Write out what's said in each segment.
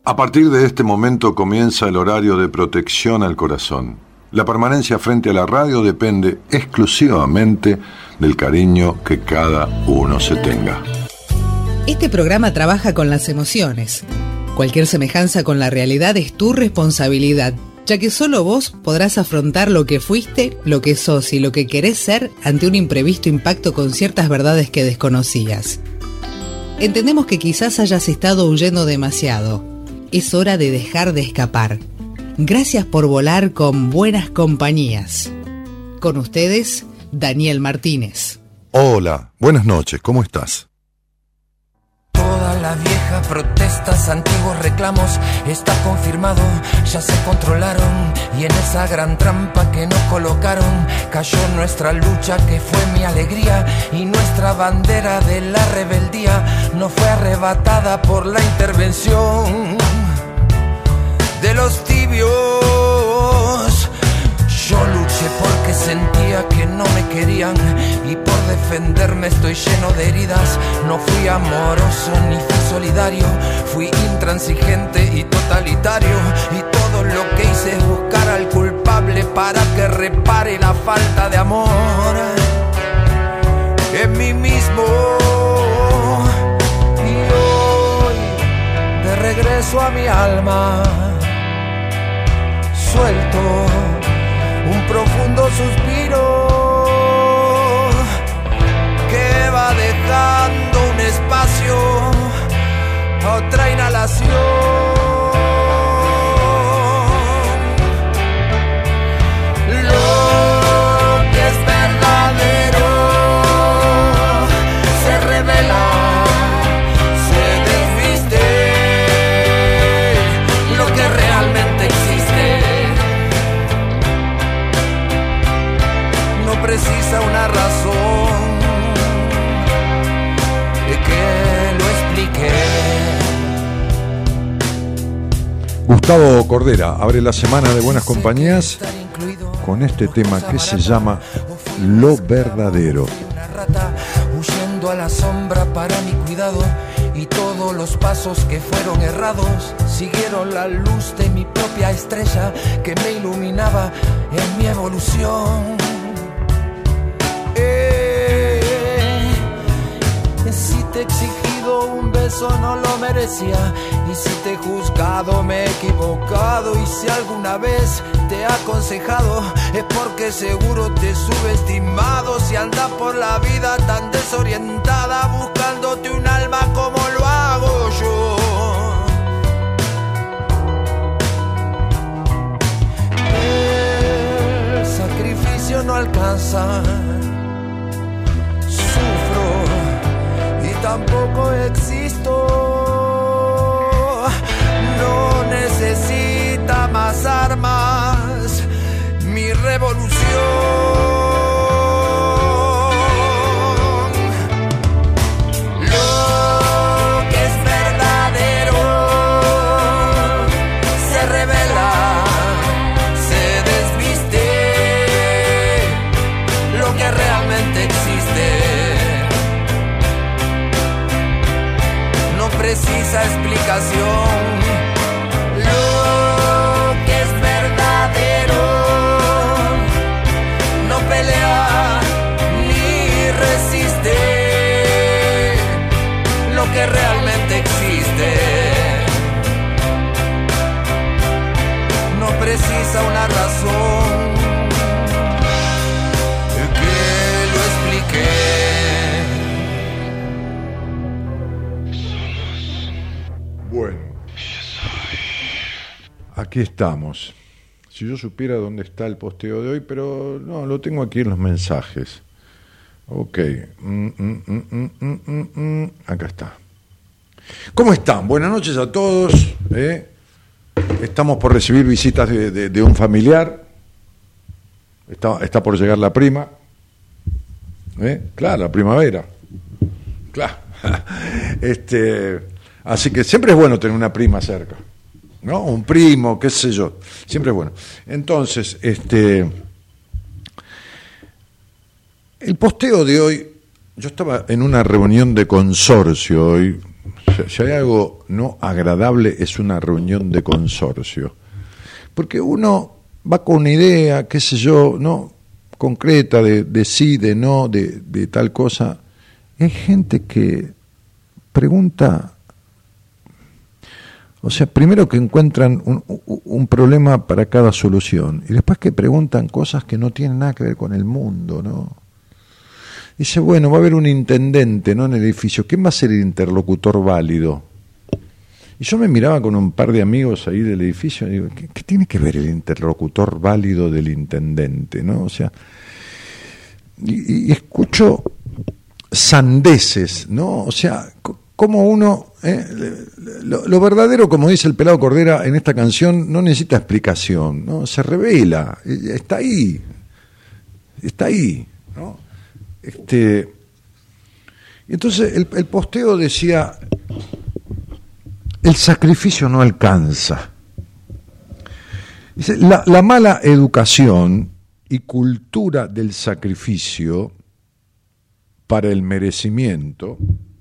A partir de este momento comienza el horario de protección al corazón. La permanencia frente a la radio depende exclusivamente del cariño que cada uno se tenga. Este programa trabaja con las emociones. Cualquier semejanza con la realidad es tu responsabilidad, ya que solo vos podrás afrontar lo que fuiste, lo que sos y lo que querés ser ante un imprevisto impacto con ciertas verdades que desconocías. Entendemos que quizás hayas estado huyendo demasiado. Es hora de dejar de escapar. Gracias por volar con buenas compañías. Con ustedes, Daniel Martínez. Hola, buenas noches, ¿cómo estás? Todas las viejas protestas, antiguos reclamos, está confirmado, ya se controlaron. Y en esa gran trampa que nos colocaron, cayó nuestra lucha que fue mi alegría. Y nuestra bandera de la rebeldía no fue arrebatada por la intervención de los tibios. Yo luché porque sentía que no me querían, y por defenderme estoy lleno de heridas. No fui amoroso ni fui solidario, fui intransigente y totalitario. Y todo lo que hice es buscar al culpable para que repare la falta de amor en mí mismo. Y hoy, de regreso a mi alma, suelto un profundo suspiro que va dejando un espacio a otra inhalación. Lo que es verdadero se revela, se desviste. Lo que realmente existe precisa una razón que lo explique. Gustavo Cordera abre la semana de Buenas Compañías con este tema que se llama Lo Verdadero. Una rata huyendo a la sombra para mi cuidado, y todos los pasos que fueron errados siguieron la luz de mi propia estrella que me iluminaba en mi evolución. Si te he exigido un beso no lo merecía, y si te he juzgado me he equivocado, y si alguna vez te he aconsejado es porque seguro te he subestimado. Si andas por la vida tan desorientada buscándote un alma como lo hago yo, el sacrificio no alcanza. Tampoco existo, no necesita más armas mi revolución. Lo que es verdadero se revela, se desviste. Lo que realmente existe precisa explicación. Lo que es verdadero no pelea ni resiste. Lo que realmente existe no precisa una razón que lo explique. Bueno, aquí estamos. Si yo supiera dónde está el posteo de hoy, pero no, lo tengo aquí en los mensajes. Ok. Acá está. ¿Cómo están? Buenas noches a todos. Estamos por recibir visitas de un familiar. Está por llegar la prima. Claro, la primavera. Claro. Así que siempre es bueno tener una prima cerca, ¿no? Un primo, qué sé yo. Siempre es bueno. Entonces, el posteo de hoy, yo estaba en una reunión de consorcio hoy, Si hay algo no agradable es una reunión de consorcio. Porque uno va con una idea, qué sé yo, ¿no? Concreta, de sí, de no, de tal cosa. Hay gente que pregunta, o sea, primero que encuentran un problema para cada solución, y después que preguntan cosas que no tienen nada que ver con el mundo, ¿no? Dice, bueno, va a haber un intendente, ¿no?, en el edificio. ¿Quién va a ser el interlocutor válido? Y yo me miraba con un par de amigos ahí del edificio y digo, ¿qué tiene que ver el interlocutor válido del intendente, ¿no? O sea, y escucho sandeces, ¿no? O sea, como uno, lo verdadero, como dice el Pelado Cordera en esta canción, no necesita explicación, ¿no? Se revela, está ahí, ¿no? Y entonces el posteo decía, el sacrificio no alcanza. Dice, la mala educación y cultura del sacrificio para el merecimiento.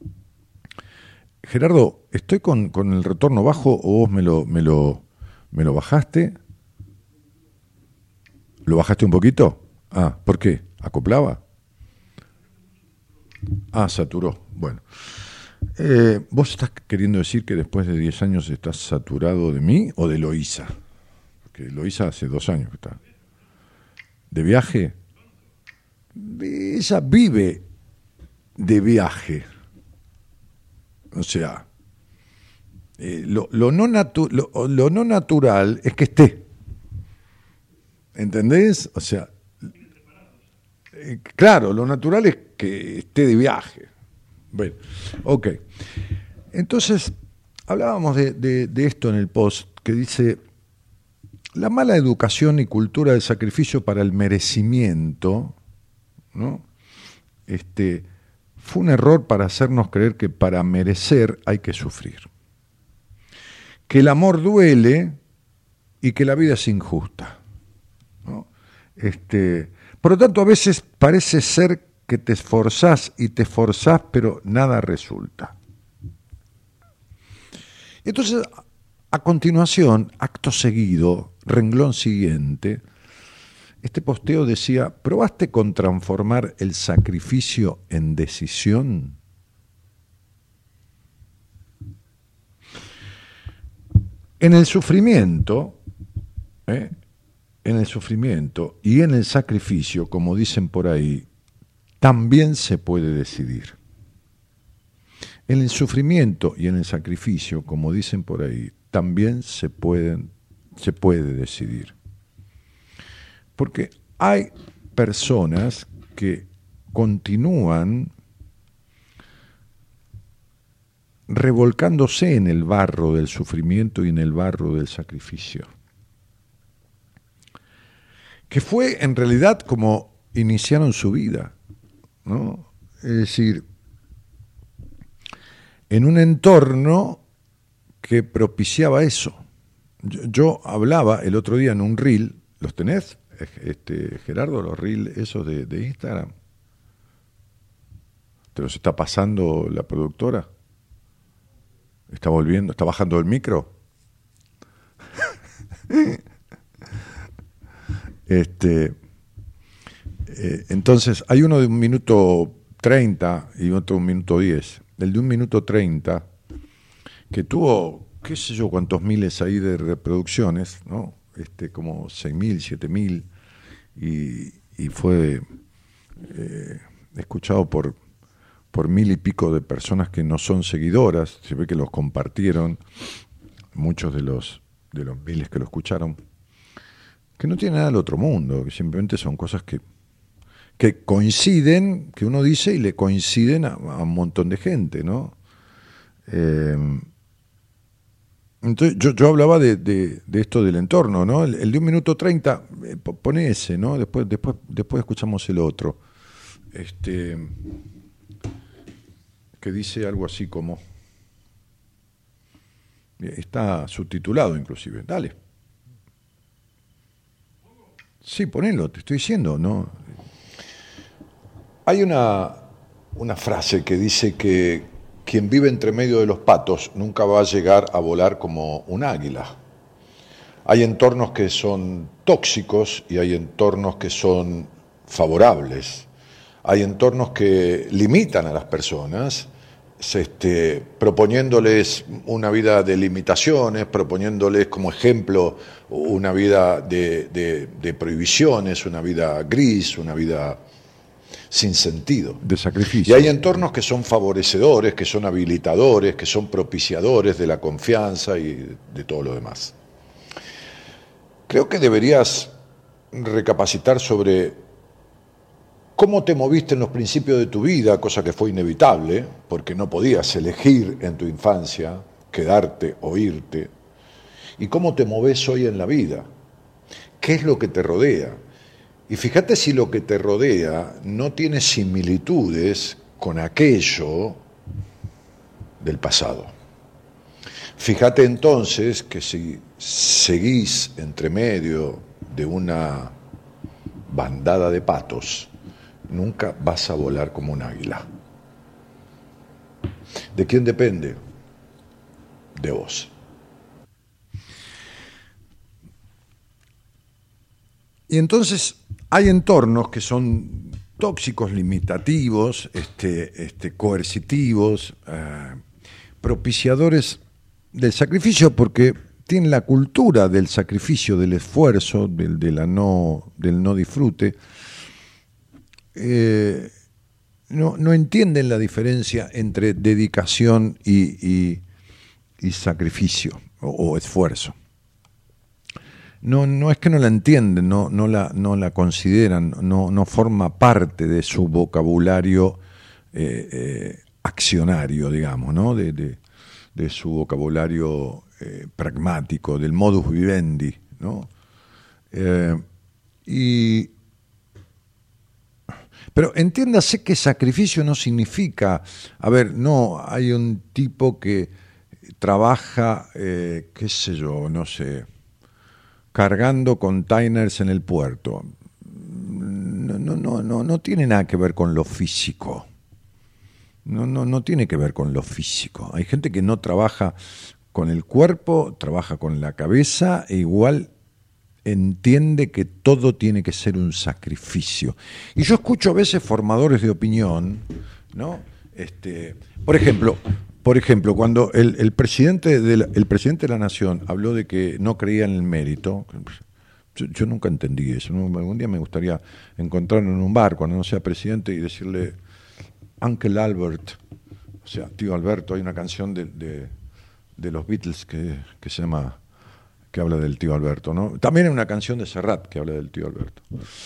Gerardo, ¿estoy con el retorno bajo o vos me lo bajaste? ¿Lo bajaste un poquito? Ah, ¿por qué? ¿Acoplaba? Ah, saturó. Bueno. ¿Vos estás queriendo decir que después de 10 años estás saturado de mí o de Loísa? Porque Loísa hace 2 años que está. ¿De viaje? Ella vive de viaje. O sea, lo no natural es que esté. ¿Entendés? O sea, claro, lo natural es que esté de viaje. Bueno, ok. Entonces, hablábamos de esto en el post, que dice, la mala educación y cultura del sacrificio para el merecimiento, ¿no? Fue un error para hacernos creer que para merecer hay que sufrir. Que el amor duele y que la vida es injusta, ¿no? Por lo tanto, a veces parece ser que te esforzás y te esforzás, pero nada resulta. Entonces, a continuación, acto seguido, renglón siguiente, este posteo decía, ¿probaste con transformar el sacrificio en decisión? En el sufrimiento, y en el sacrificio, como dicen por ahí, también se puede decidir. En el sufrimiento y en el sacrificio, como dicen por ahí, también se puede decidir. Porque hay personas que continúan revolcándose en el barro del sufrimiento y en el barro del sacrificio. Que fue en realidad como iniciaron su vida, ¿no? Es decir, en un entorno que propiciaba eso. Yo hablaba el otro día en un reel, ¿los tenés, Gerardo, los reels esos de Instagram? ¿Te los está pasando la productora? ¿Está volviendo? ¿Está bajando el micro? Entonces, hay uno de 1 minuto 30 y otro de 1 minuto 10. El de 1 minuto 30, que tuvo, qué sé yo, cuántos miles ahí de reproducciones, ¿no? Como 6.000, 7.000, y fue escuchado por 1.000 y pico de personas que no son seguidoras. Se ve que los compartieron muchos de los miles que lo escucharon, que no tiene nada del otro mundo, que simplemente son cosas que coinciden, que uno dice y le coinciden a un montón de gente, ¿no? Entonces yo hablaba de esto del entorno, ¿no? El de 1 minuto 30, pone ese, ¿no? Después escuchamos el otro, que dice algo así como, está subtitulado inclusive, dale. Sí, ponelo, te estoy diciendo, ¿no? Hay una frase que dice que quien vive entre medio de los patos nunca va a llegar a volar como un águila. Hay entornos que son tóxicos y hay entornos que son favorables. Hay entornos que limitan a las personas, proponiéndoles una vida de limitaciones, proponiéndoles como ejemplo una vida de prohibiciones, una vida gris, una vida sin sentido. De sacrificio. Y hay entornos que son favorecedores, que son habilitadores, que son propiciadores de la confianza y de todo lo demás. Creo que deberías recapacitar sobre cómo te moviste en los principios de tu vida, cosa que fue inevitable, porque no podías elegir en tu infancia quedarte o irte, y cómo te moves hoy en la vida, qué es lo que te rodea. Y fíjate si lo que te rodea no tiene similitudes con aquello del pasado. Fíjate entonces que si seguís entre medio de una bandada de patos, nunca vas a volar como un águila. ¿De quién depende? De vos. Y entonces hay entornos que son tóxicos, limitativos, coercitivos, propiciadores del sacrificio, porque tienen la cultura del sacrificio, del esfuerzo, del no disfrute. No entienden la diferencia entre dedicación y sacrificio o esfuerzo. No es que no la entienden, no la consideran, no forma parte de su vocabulario accionario, digamos, ¿no? De su vocabulario pragmático, del modus vivendi, ¿no? Pero entiéndase que sacrificio no significa, hay un tipo que trabaja, cargando containers en el puerto. No tiene nada que ver con lo físico. No tiene que ver con lo físico. Hay gente que no trabaja con el cuerpo, trabaja con la cabeza e igual entiende que todo tiene que ser un sacrificio. Y yo escucho a veces formadores de opinión, ¿no? Por ejemplo, cuando el presidente de la Nación habló de que no creía en el mérito, yo nunca entendí eso, ¿no? Algún día me gustaría encontrarlo en un bar cuando no sea presidente y decirle, Uncle Albert, o sea, tío Alberto. Hay una canción de los Beatles que se llama, que habla del tío Alberto, ¿no? También hay una canción de Serrat que habla del tío Alberto.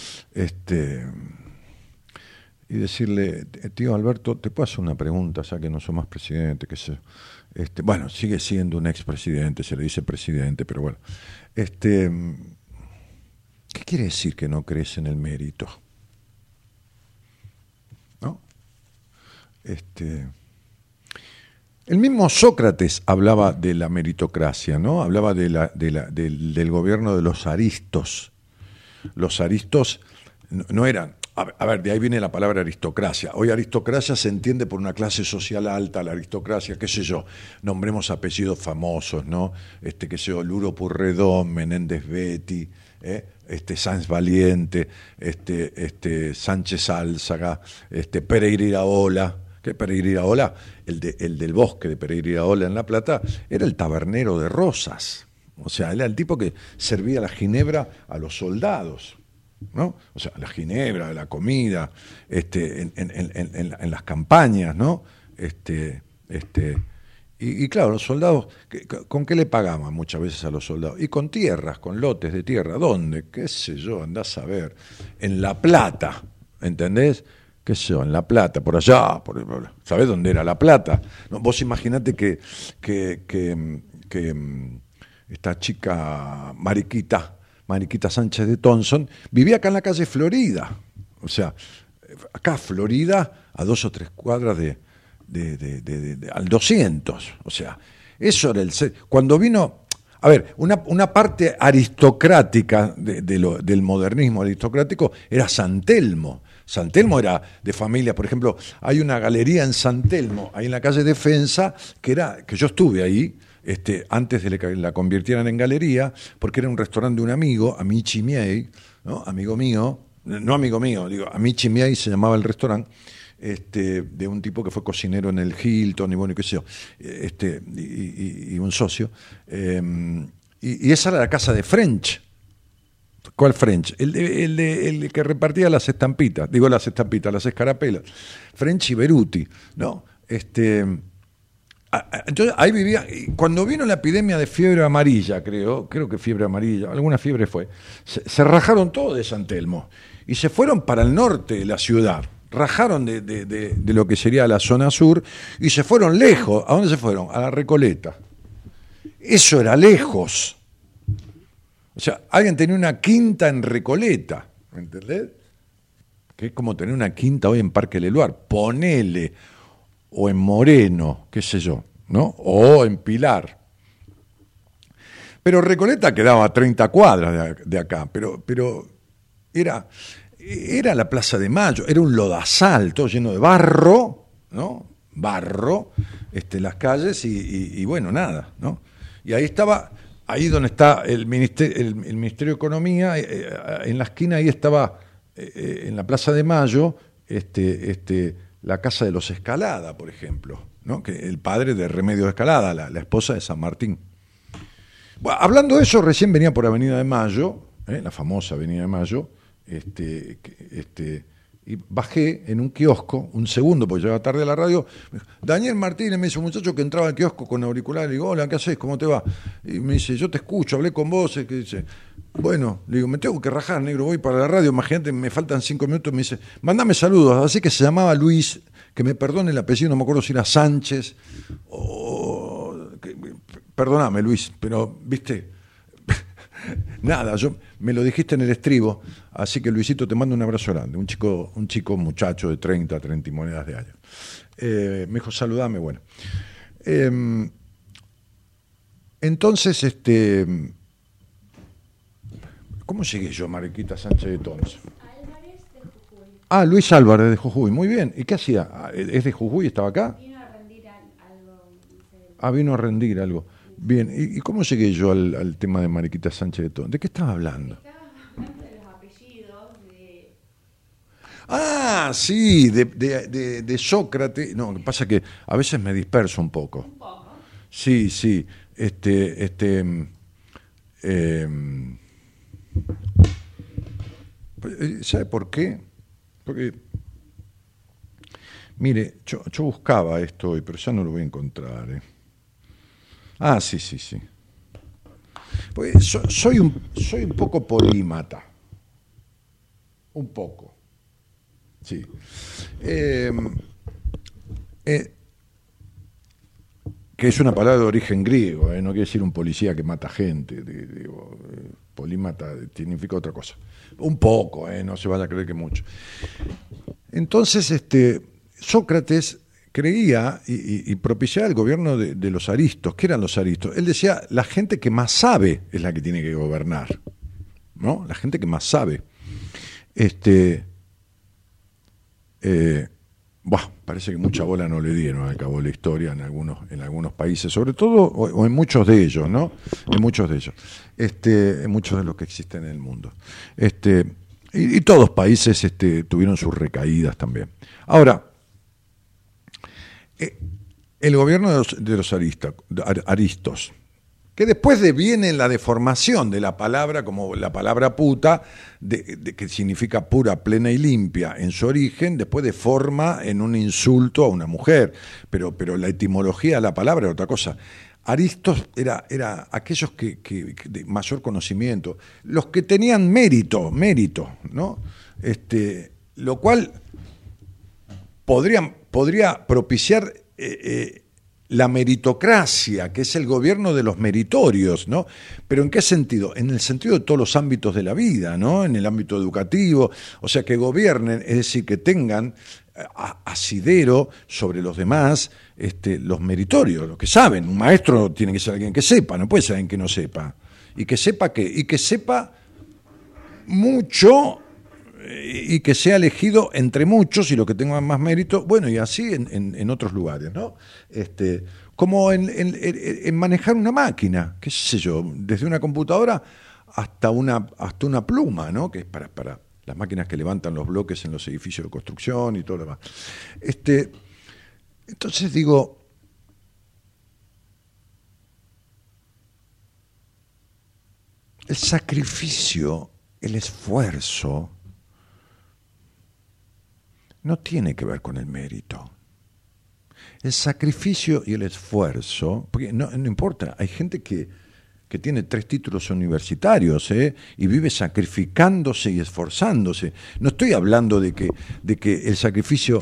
Y decirle, tío Alberto, ¿te puedo hacer una pregunta, ya que no sos más presidente? Bueno, sigue siendo un expresidente, se le dice presidente, pero bueno. ¿Qué quiere decir que no crees en el mérito? ¿No? El mismo Sócrates hablaba de la meritocracia, ¿no? Hablaba del gobierno de los aristos. Los aristos no eran... A ver, de ahí viene la palabra aristocracia. Hoy aristocracia se entiende por una clase social alta, la aristocracia, qué sé yo, nombremos apellidos famosos, ¿no? Luro Purredón, Menéndez Betti, Sáenz Valiente, Sánchez Álzaga, Pereira Iraola. ¿Qué Pereira Iraola? El del bosque de Pereira Iraola en La Plata era el tabernero de Rosas. O sea, era el tipo que servía la ginebra a los soldados, ¿no? O sea, la ginebra, la comida, en las campañas, ¿no? Y claro, los soldados, ¿con qué le pagaban muchas veces a los soldados? Y con tierras, con lotes de tierra. ¿Dónde? ¿Qué sé yo? Andás a ver. En La Plata, ¿entendés? ¿Qué sé yo? En La Plata, por allá. ¿Sabés dónde era La Plata? No, vos imaginate que esta chica Mariquita Sánchez de Thompson vivía acá en la calle Florida. O sea, acá Florida, a 2 o 3 cuadras al 200. O sea, eso era cuando vino... A ver, una parte aristocrática del modernismo aristocrático era San Telmo. San Telmo era de familia, por ejemplo, hay una galería en San Telmo, ahí en la calle Defensa, que yo estuve ahí, antes de que la convirtieran en galería, porque era un restaurante de un amigo, Amici Miei, ¿no? Amigo mío, no amigo mío, digo, Amici Miei se llamaba el restaurante, de un tipo que fue cocinero en el Hilton, y bueno, qué sé yo, y un socio, y esa era la casa de French. ¿Cuál French? El que repartía las estampitas, las escarapelas, French y Beruti, ¿no? Yo ahí vivía, cuando vino la epidemia de fiebre amarilla, creo que fiebre amarilla, alguna fiebre fue, se rajaron todo de San Telmo y se fueron para el norte de la ciudad, rajaron de lo que sería la zona sur y se fueron lejos. ¿A dónde se fueron? A la Recoleta. Eso era lejos. O sea, alguien tenía una quinta en Recoleta, ¿me entendés? Que es como tener una quinta hoy en Parque Leluar, ponele, o en Moreno, qué sé yo, ¿no? O en Pilar. Pero Recoleta quedaba a 30 cuadras de acá, pero era la Plaza de Mayo, era un lodazal, todo lleno de barro, ¿no? Barro, las calles y bueno, nada, ¿no? Y ahí estaba, ahí donde está el Ministerio de Economía, en la esquina ahí estaba, en la Plaza de Mayo, la casa de los Escalada, por ejemplo, ¿no? Que el padre de Remedios Escalada, la esposa de San Martín. Bueno, hablando de eso, recién venía por Avenida de Mayo, la famosa Avenida de Mayo, y bajé en un kiosco, un segundo, porque llegaba tarde a la radio. Daniel Martínez me dice, un muchacho que entraba al kiosco con auriculares, le digo, hola, ¿qué haces? ¿Cómo te va? Y me dice, yo te escucho, hablé con vos, que dice, bueno, le digo, me tengo que rajar, negro, voy para la radio, imagínate, me faltan 5 minutos, me dice, mandame saludos, así que se llamaba Luis, que me perdone el apellido, no me acuerdo si era Sánchez, perdóname Luis, pero, viste, nada, me lo dijiste en el estribo, así que Luisito, te mando un abrazo grande, un chico muchacho de 30 y monedas de años. Me dijo, saludame, bueno. Entonces, ¿cómo llegué yo, Mariquita Sánchez de Tons? Álvarez de Jujuy. Ah, Luis Álvarez de Jujuy, muy bien. ¿Y qué hacía? ¿Es de Jujuy? ¿Estaba acá? Vino a rendir algo. Vino a rendir algo. Bien, ¿y cómo llegué yo al tema de Mariquita Sánchez de Tons? ¿De qué estaba hablando? Estabas hablando de los apellidos de... Ah, sí, de Sócrates. No, lo que pasa es que a veces me disperso un poco. Un poco. Sí. ¿Sabe por qué? Porque, mire, yo buscaba esto hoy, pero ya no lo voy a encontrar. Ah, sí. Pues soy un poco polímata. Un poco. Sí. Que es una palabra de origen griego, no quiere decir un policía que mata gente. Polímata significa otra cosa. Un poco, no se vaya a creer que mucho. Entonces, Sócrates creía y propiciaba el gobierno de los aristos. ¿Qué eran los aristos? Él decía, la gente que más sabe es la que tiene que gobernar, ¿no? La gente que más sabe. Parece que mucha bola no le dieron al cabo de la historia en algunos países, sobre todo, o en muchos de ellos, ¿no? En muchos de ellos. En muchos de los que existen en el mundo. Y todos países tuvieron sus recaídas también. Ahora, el gobierno de los aristos, que después viene la deformación de la palabra, como la palabra puta, que significa pura, plena y limpia en su origen, después deforma en un insulto a una mujer, pero la etimología de la palabra era otra cosa. Aristos era aquellos que de mayor conocimiento, los que tenían mérito, ¿no? Lo cual podría propiciar la meritocracia, que es el gobierno de los meritorios, ¿no? Pero ¿en qué sentido? En el sentido de todos los ámbitos de la vida, ¿no? En el ámbito educativo, o sea, que gobiernen, es decir, que tengan asidero sobre los demás, los meritorios, los que saben. Un maestro tiene que ser alguien que sepa, no puede ser alguien que no sepa. Y que sepa mucho y que sea elegido entre muchos y los que tengan más mérito, bueno, y así en otros lugares, ¿no? Como en manejar una máquina, qué sé yo, desde una computadora hasta una pluma, ¿no? Que es para las máquinas que levantan los bloques en los edificios de construcción y todo lo demás. Entonces digo, el sacrificio, el esfuerzo, no tiene que ver con el mérito. El sacrificio y el esfuerzo, porque no importa, hay gente que tiene 3 títulos universitarios, y vive sacrificándose y esforzándose. No estoy hablando de que el sacrificio,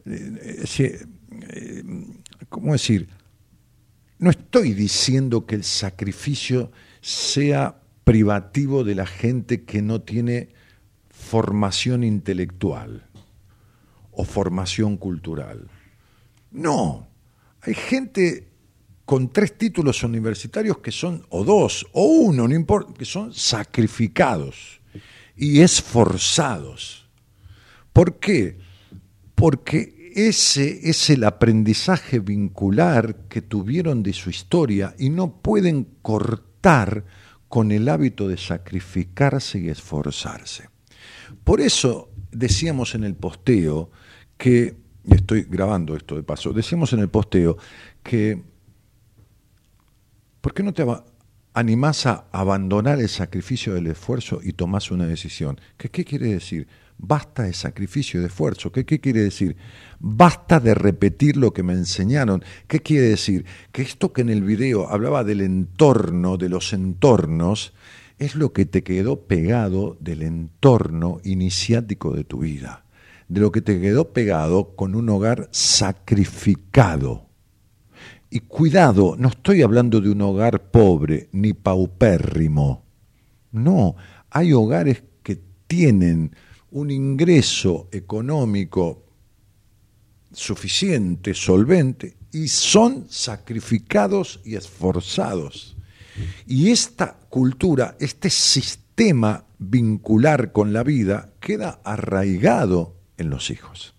¿cómo decir? No estoy diciendo que el sacrificio sea privativo de la gente que no tiene formación intelectual o formación cultural. No, hay gente con 3 títulos universitarios que son, o 2, o 1, no importa, que son sacrificados y esforzados. ¿Por qué? Porque ese es el aprendizaje vincular que tuvieron de su historia y no pueden cortar con el hábito de sacrificarse y esforzarse. Por eso decíamos en el posteo que, y estoy grabando esto de paso, decíamos en el posteo que ¿por qué no te animás a abandonar el sacrificio del esfuerzo y tomás una decisión? ¿Qué quiere decir? Basta de sacrificio y de esfuerzo. ¿Qué quiere decir? Basta de repetir lo que me enseñaron. ¿Qué quiere decir? Que esto que en el video hablaba del entorno, de los entornos, es lo que te quedó pegado del entorno iniciático de tu vida, de lo que te quedó pegado con un hogar sacrificado. Y cuidado, no estoy hablando de un hogar pobre ni paupérrimo. No, hay hogares que tienen un ingreso económico suficiente, solvente, y son sacrificados y esforzados. Y esta cultura, este sistema vincular con la vida, queda arraigado en los hijos.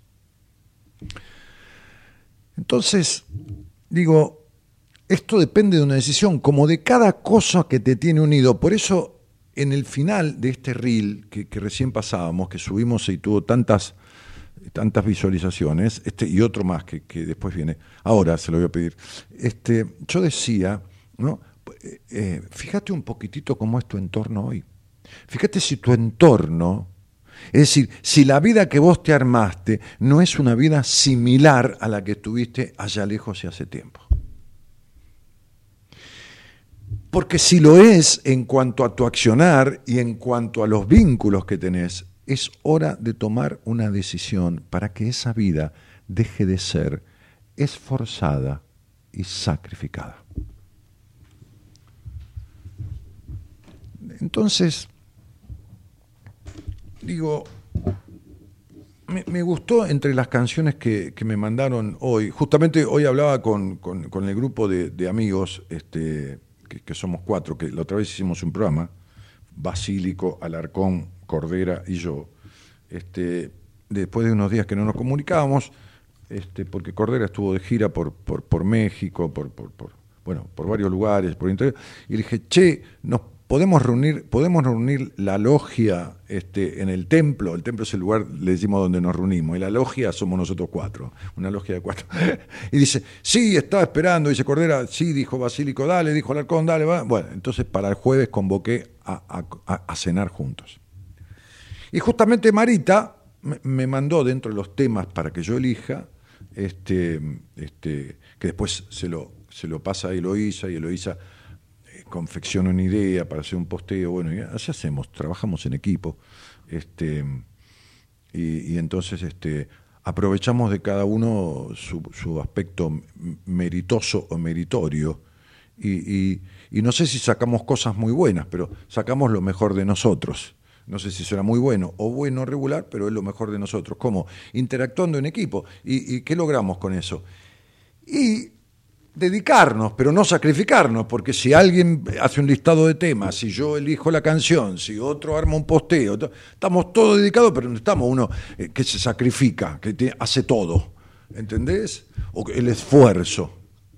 Entonces, digo, esto depende de una decisión, como de cada cosa que te tiene unido. Por eso, en el final de este reel que recién pasábamos, que subimos y tuvo tantas visualizaciones, y otro más que después viene, ahora se lo voy a pedir, yo decía, ¿no? Fíjate un poquitito cómo es tu entorno hoy. Fíjate si tu entorno, es decir, si la vida que vos te armaste no es una vida similar a la que tuviste allá lejos y hace tiempo. Porque si lo es en cuanto a tu accionar y en cuanto a los vínculos que tenés, es hora de tomar una decisión para que esa vida deje de ser esforzada y sacrificada. Entonces, digo, me gustó entre las canciones que me mandaron hoy, justamente hoy hablaba con el grupo de amigos, que somos 4, que la otra vez hicimos un programa, Basílico, Alarcón, Cordera y yo, después de unos días que no nos comunicábamos, porque Cordera estuvo de gira por México, por varios lugares, por interior, y le dije, nos podemos reunir la logia en el templo es el lugar, le decimos, donde nos reunimos, y la logia somos nosotros 4, una logia de 4. Y dice, sí, estaba esperando, dice Cordera, sí, dijo Basílico, dale, dijo Alarcón, dale, va. Bueno, entonces para el jueves convoqué a cenar juntos. Y justamente Marita me mandó dentro de los temas para que yo elija, que después se lo pasa a Eloísa, y Eloísa confecciona una idea para hacer un posteo, bueno, y así hacemos, trabajamos en equipo, y entonces aprovechamos de cada uno su aspecto meritoso o meritorio, y no sé si sacamos cosas muy buenas, pero sacamos lo mejor de nosotros. No sé si será muy bueno o bueno regular, pero es lo mejor de nosotros, como interactuando en equipo. ¿Y qué logramos con eso? Y dedicarnos, pero no sacrificarnos, porque si alguien hace un listado de temas, si yo elijo la canción, si otro arma un posteo, estamos todos dedicados, pero no estamos uno que se sacrifica, que hace todo, ¿entendés? O el esfuerzo.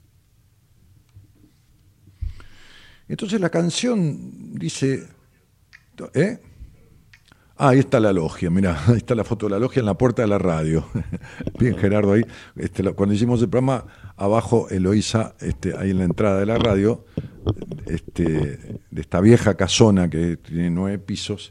Entonces la canción dice, ahí está la logia, mirá, ahí está la foto de la logia en la puerta de la radio. Bien, Gerardo, ahí. Cuando hicimos el programa, abajo Eloísa, ahí en la entrada de la radio, de esta vieja casona que tiene 9 pisos,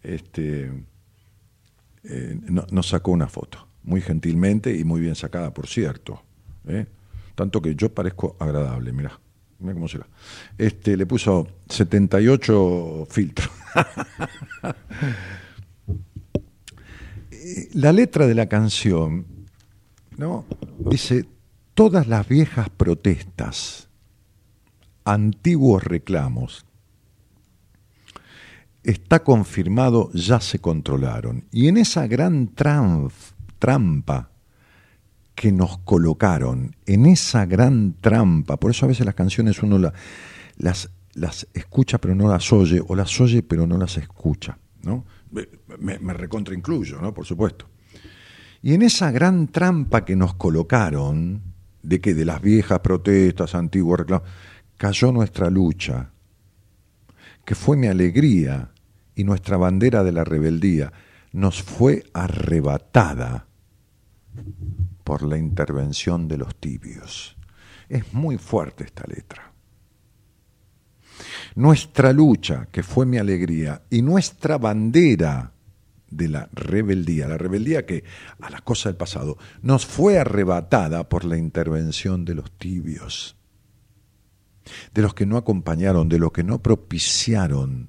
nos sacó una foto, muy gentilmente y muy bien sacada, por cierto. Tanto que yo parezco agradable, mirá. Mira cómo será. Le puso 78 filtros. La letra de la canción, ¿no? Dice: todas las viejas protestas, antiguos reclamos, está confirmado, ya se controlaron. Y en esa gran trampa que nos colocaron, en esa gran trampa, por eso a veces las canciones uno las escucha pero no las oye, o las oye pero no las escucha, ¿no? Me recontraincluyo, ¿no? Por supuesto. Y en esa gran trampa que nos colocaron, de las viejas protestas, antiguos reclamos, cayó nuestra lucha, que fue mi alegría, y nuestra bandera de la rebeldía nos fue arrebatada por la intervención de los tibios. Es muy fuerte esta letra. Nuestra lucha, que fue mi alegría, y nuestra bandera de la rebeldía que a las cosas del pasado, nos fue arrebatada por la intervención de los tibios, de los que no acompañaron, de los que no propiciaron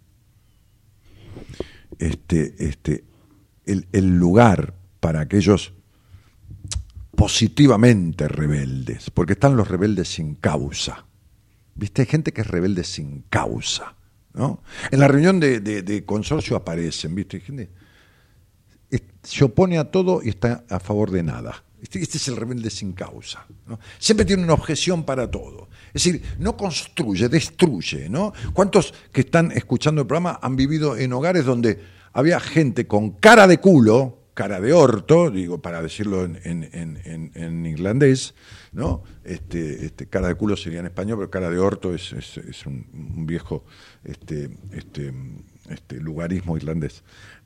el lugar para aquellos positivamente rebeldes, porque están los rebeldes sin causa. ¿Viste? Hay gente que es rebelde sin causa, ¿no? En la reunión de consorcio aparecen, ¿viste? Gente se opone a todo y está a favor de nada. Este es el rebelde sin causa, ¿no? Siempre tiene una objeción para todo. Es decir, no construye, destruye, ¿no? ¿Cuántos que están escuchando el programa han vivido en hogares donde había gente con cara de culo, cara de orto, digo, para decirlo en irlandés, ¿no? Cara de culo sería en español, pero cara de orto es un viejo lugarismo irlandés.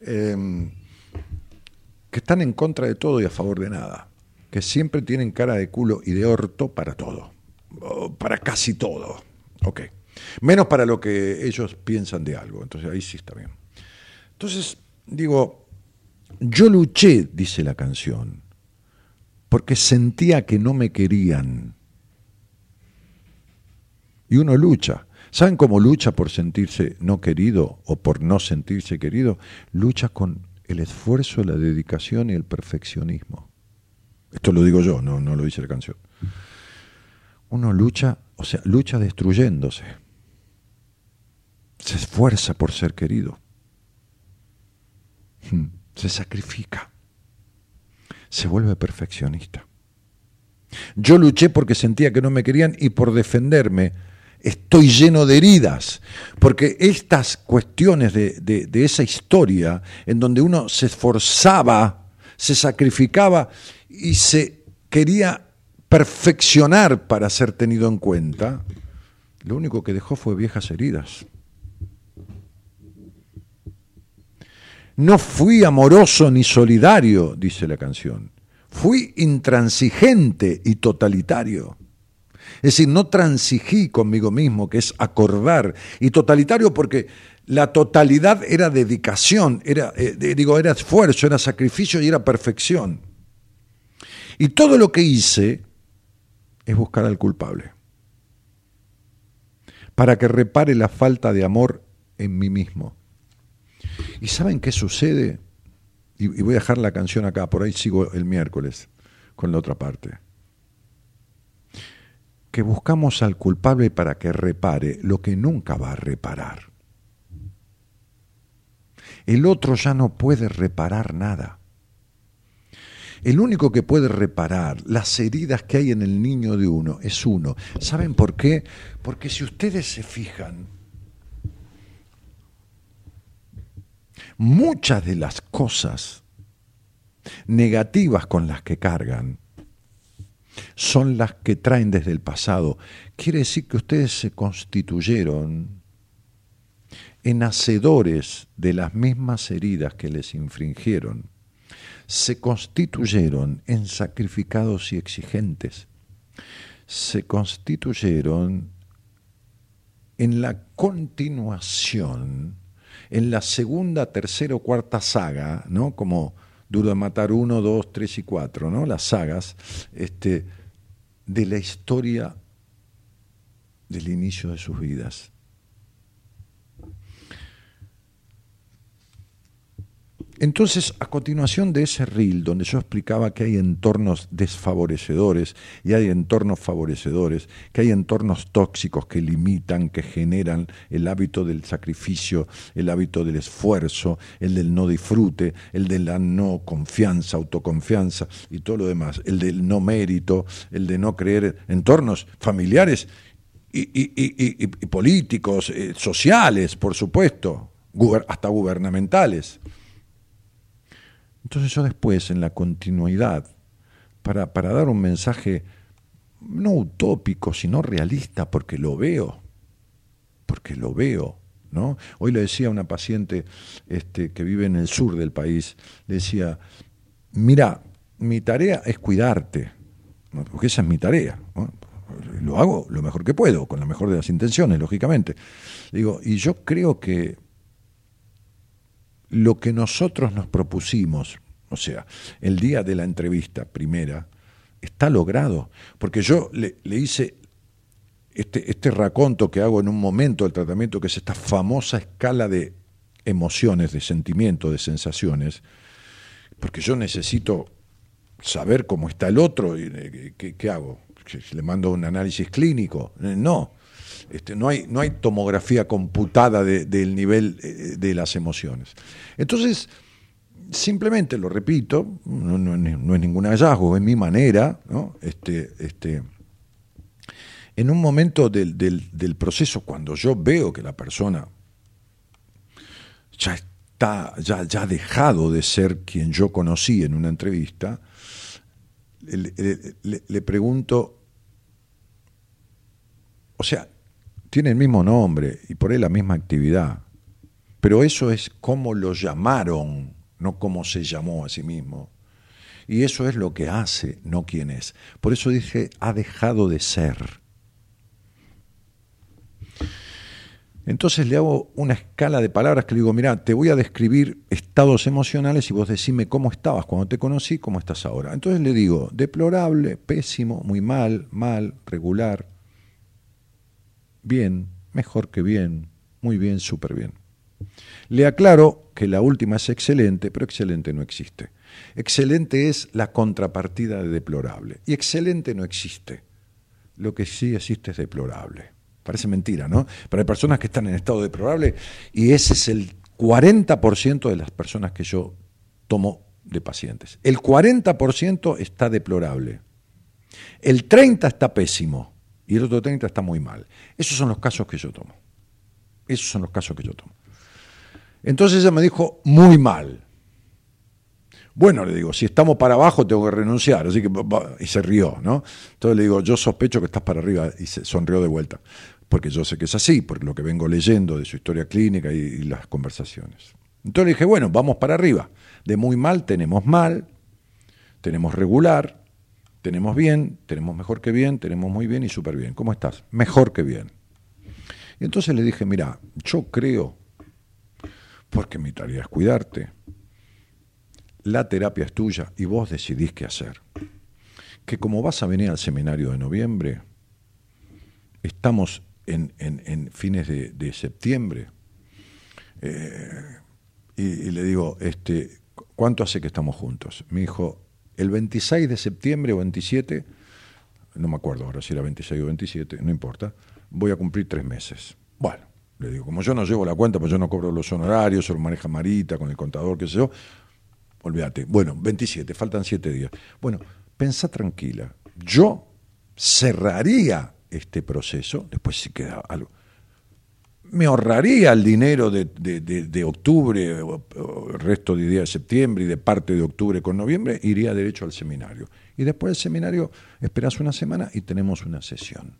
Que están en contra de todo y a favor de nada, que siempre tienen cara de culo y de orto para todo, para casi todo, ok, menos para lo que ellos piensan de algo, entonces ahí sí está bien. Entonces, digo, yo luché, dice la canción, porque sentía que no me querían. Y uno lucha. ¿Saben cómo lucha por sentirse no querido o por no sentirse querido? Lucha con el esfuerzo, la dedicación y el perfeccionismo. Esto lo digo yo, no lo dice la canción. Uno lucha, lucha destruyéndose. Se esfuerza por ser querido. Se sacrifica. Se vuelve perfeccionista. Yo luché porque sentía que no me querían y por defenderme estoy lleno de heridas, porque estas cuestiones de esa historia en donde uno se esforzaba, se sacrificaba y se quería perfeccionar para ser tenido en cuenta, lo único que dejó fue viejas heridas. No fui amoroso ni solidario, dice la canción. Fui intransigente y totalitario. Es decir, no transigí conmigo mismo, que es acordar. Y totalitario porque la totalidad era dedicación, era esfuerzo, era sacrificio y era perfección. Y todo lo que hice es buscar al culpable, para que repare la falta de amor en mí mismo. ¿Y saben qué sucede? Y voy a dejar la canción acá, por ahí sigo el miércoles con la otra parte. Que buscamos al culpable para que repare lo que nunca va a reparar. El otro ya no puede reparar nada. El único que puede reparar las heridas que hay en el niño de uno es uno. ¿Saben por qué? Porque si ustedes se fijan, muchas de las cosas negativas con las que cargan son las que traen desde el pasado. Quiere decir que ustedes se constituyeron en hacedores de las mismas heridas que les infringieron. Se constituyeron en sacrificados y exigentes. Se constituyeron en la continuación, en la segunda, tercera o cuarta saga, ¿no? Como Duro de Matar 1, 2, 3 y 4, ¿no? Las sagas de la historia del inicio de sus vidas. Entonces, a continuación de ese reel, donde yo explicaba que hay entornos desfavorecedores y hay entornos favorecedores, que hay entornos tóxicos que limitan, que generan el hábito del sacrificio, el hábito del esfuerzo, el del no disfrute, el de la no confianza, autoconfianza y todo lo demás, el del no mérito, el de no creer, entornos familiares y políticos, sociales, por supuesto, hasta gubernamentales. Entonces yo después, en la continuidad, para dar un mensaje no utópico, sino realista, porque lo veo, ¿no? Hoy le decía a una paciente que vive en el sur del país, le decía, mira, mi tarea es cuidarte, ¿no? Porque esa es mi tarea, ¿no? Lo hago lo mejor que puedo, con la mejor de las intenciones, lógicamente. Digo, y yo creo que lo que nosotros nos propusimos, o sea, el día de la entrevista primera, está logrado, porque yo le hice este raconto que hago en un momento del tratamiento, que es esta famosa escala de emociones, de sentimientos, de sensaciones, porque yo necesito saber cómo está el otro. ¿Qué hago? ¿Le mando un análisis clínico? No. No hay tomografía computada del nivel de las emociones. Entonces, simplemente lo repito, no es ningún hallazgo, es mi manera, ¿no? En un momento del proceso, cuando yo veo que la persona ya ha dejado de ser quien yo conocí en una entrevista, le pregunto, o sea, tiene el mismo nombre y por ahí la misma actividad, pero eso es cómo lo llamaron, no cómo se llamó a sí mismo. Y eso es lo que hace, no quién es. Por eso dije, ha dejado de ser. Entonces le hago una escala de palabras que le digo, mira, te voy a describir estados emocionales y vos decime cómo estabas cuando te conocí, cómo estás ahora. Entonces le digo, deplorable, pésimo, muy mal, regular, bien, mejor que bien, muy bien, súper bien. Le aclaro que la última es excelente, pero excelente no existe. Excelente es la contrapartida de deplorable. Y excelente no existe. Lo que sí existe es deplorable. Parece mentira, ¿no? Pero hay personas que están en estado deplorable y ese es el 40% de las personas que yo tomo de pacientes. El 40% está deplorable. El 30% está pésimo y el otro 30% está muy mal. Esos son los casos que yo tomo. Entonces ella me dijo, muy mal. Bueno, le digo, si estamos para abajo tengo que renunciar, así que, y se rió, ¿no? Entonces le digo, yo sospecho que estás para arriba, y se sonrió de vuelta, porque yo sé que es así, por lo que vengo leyendo de su historia clínica y las conversaciones. Entonces le dije, bueno, vamos para arriba. De muy mal, tenemos regular, tenemos bien, tenemos mejor que bien, tenemos muy bien y súper bien. ¿Cómo estás? Mejor que bien. Y entonces le dije, mira, yo creo, porque mi tarea es cuidarte, la terapia es tuya y vos decidís qué hacer. Que como vas a venir al seminario de noviembre, estamos en fines de septiembre, y le digo, ¿cuánto hace que estamos juntos? Me dijo, el 26 de septiembre o 27, no me acuerdo ahora si era 26 o 27, no importa, voy a cumplir 3 meses. Bueno, le digo, como yo no llevo la cuenta, pues yo no cobro los honorarios, se lo maneja Marita con el contador, qué sé yo, olvídate. Bueno, 27, faltan 7 días. Bueno, pensá tranquila. Yo cerraría este proceso, después si queda algo. Me ahorraría el dinero de octubre, o el resto de día de septiembre y de parte de octubre con noviembre, iría derecho al seminario. Y después del seminario esperás una semana y tenemos una sesión.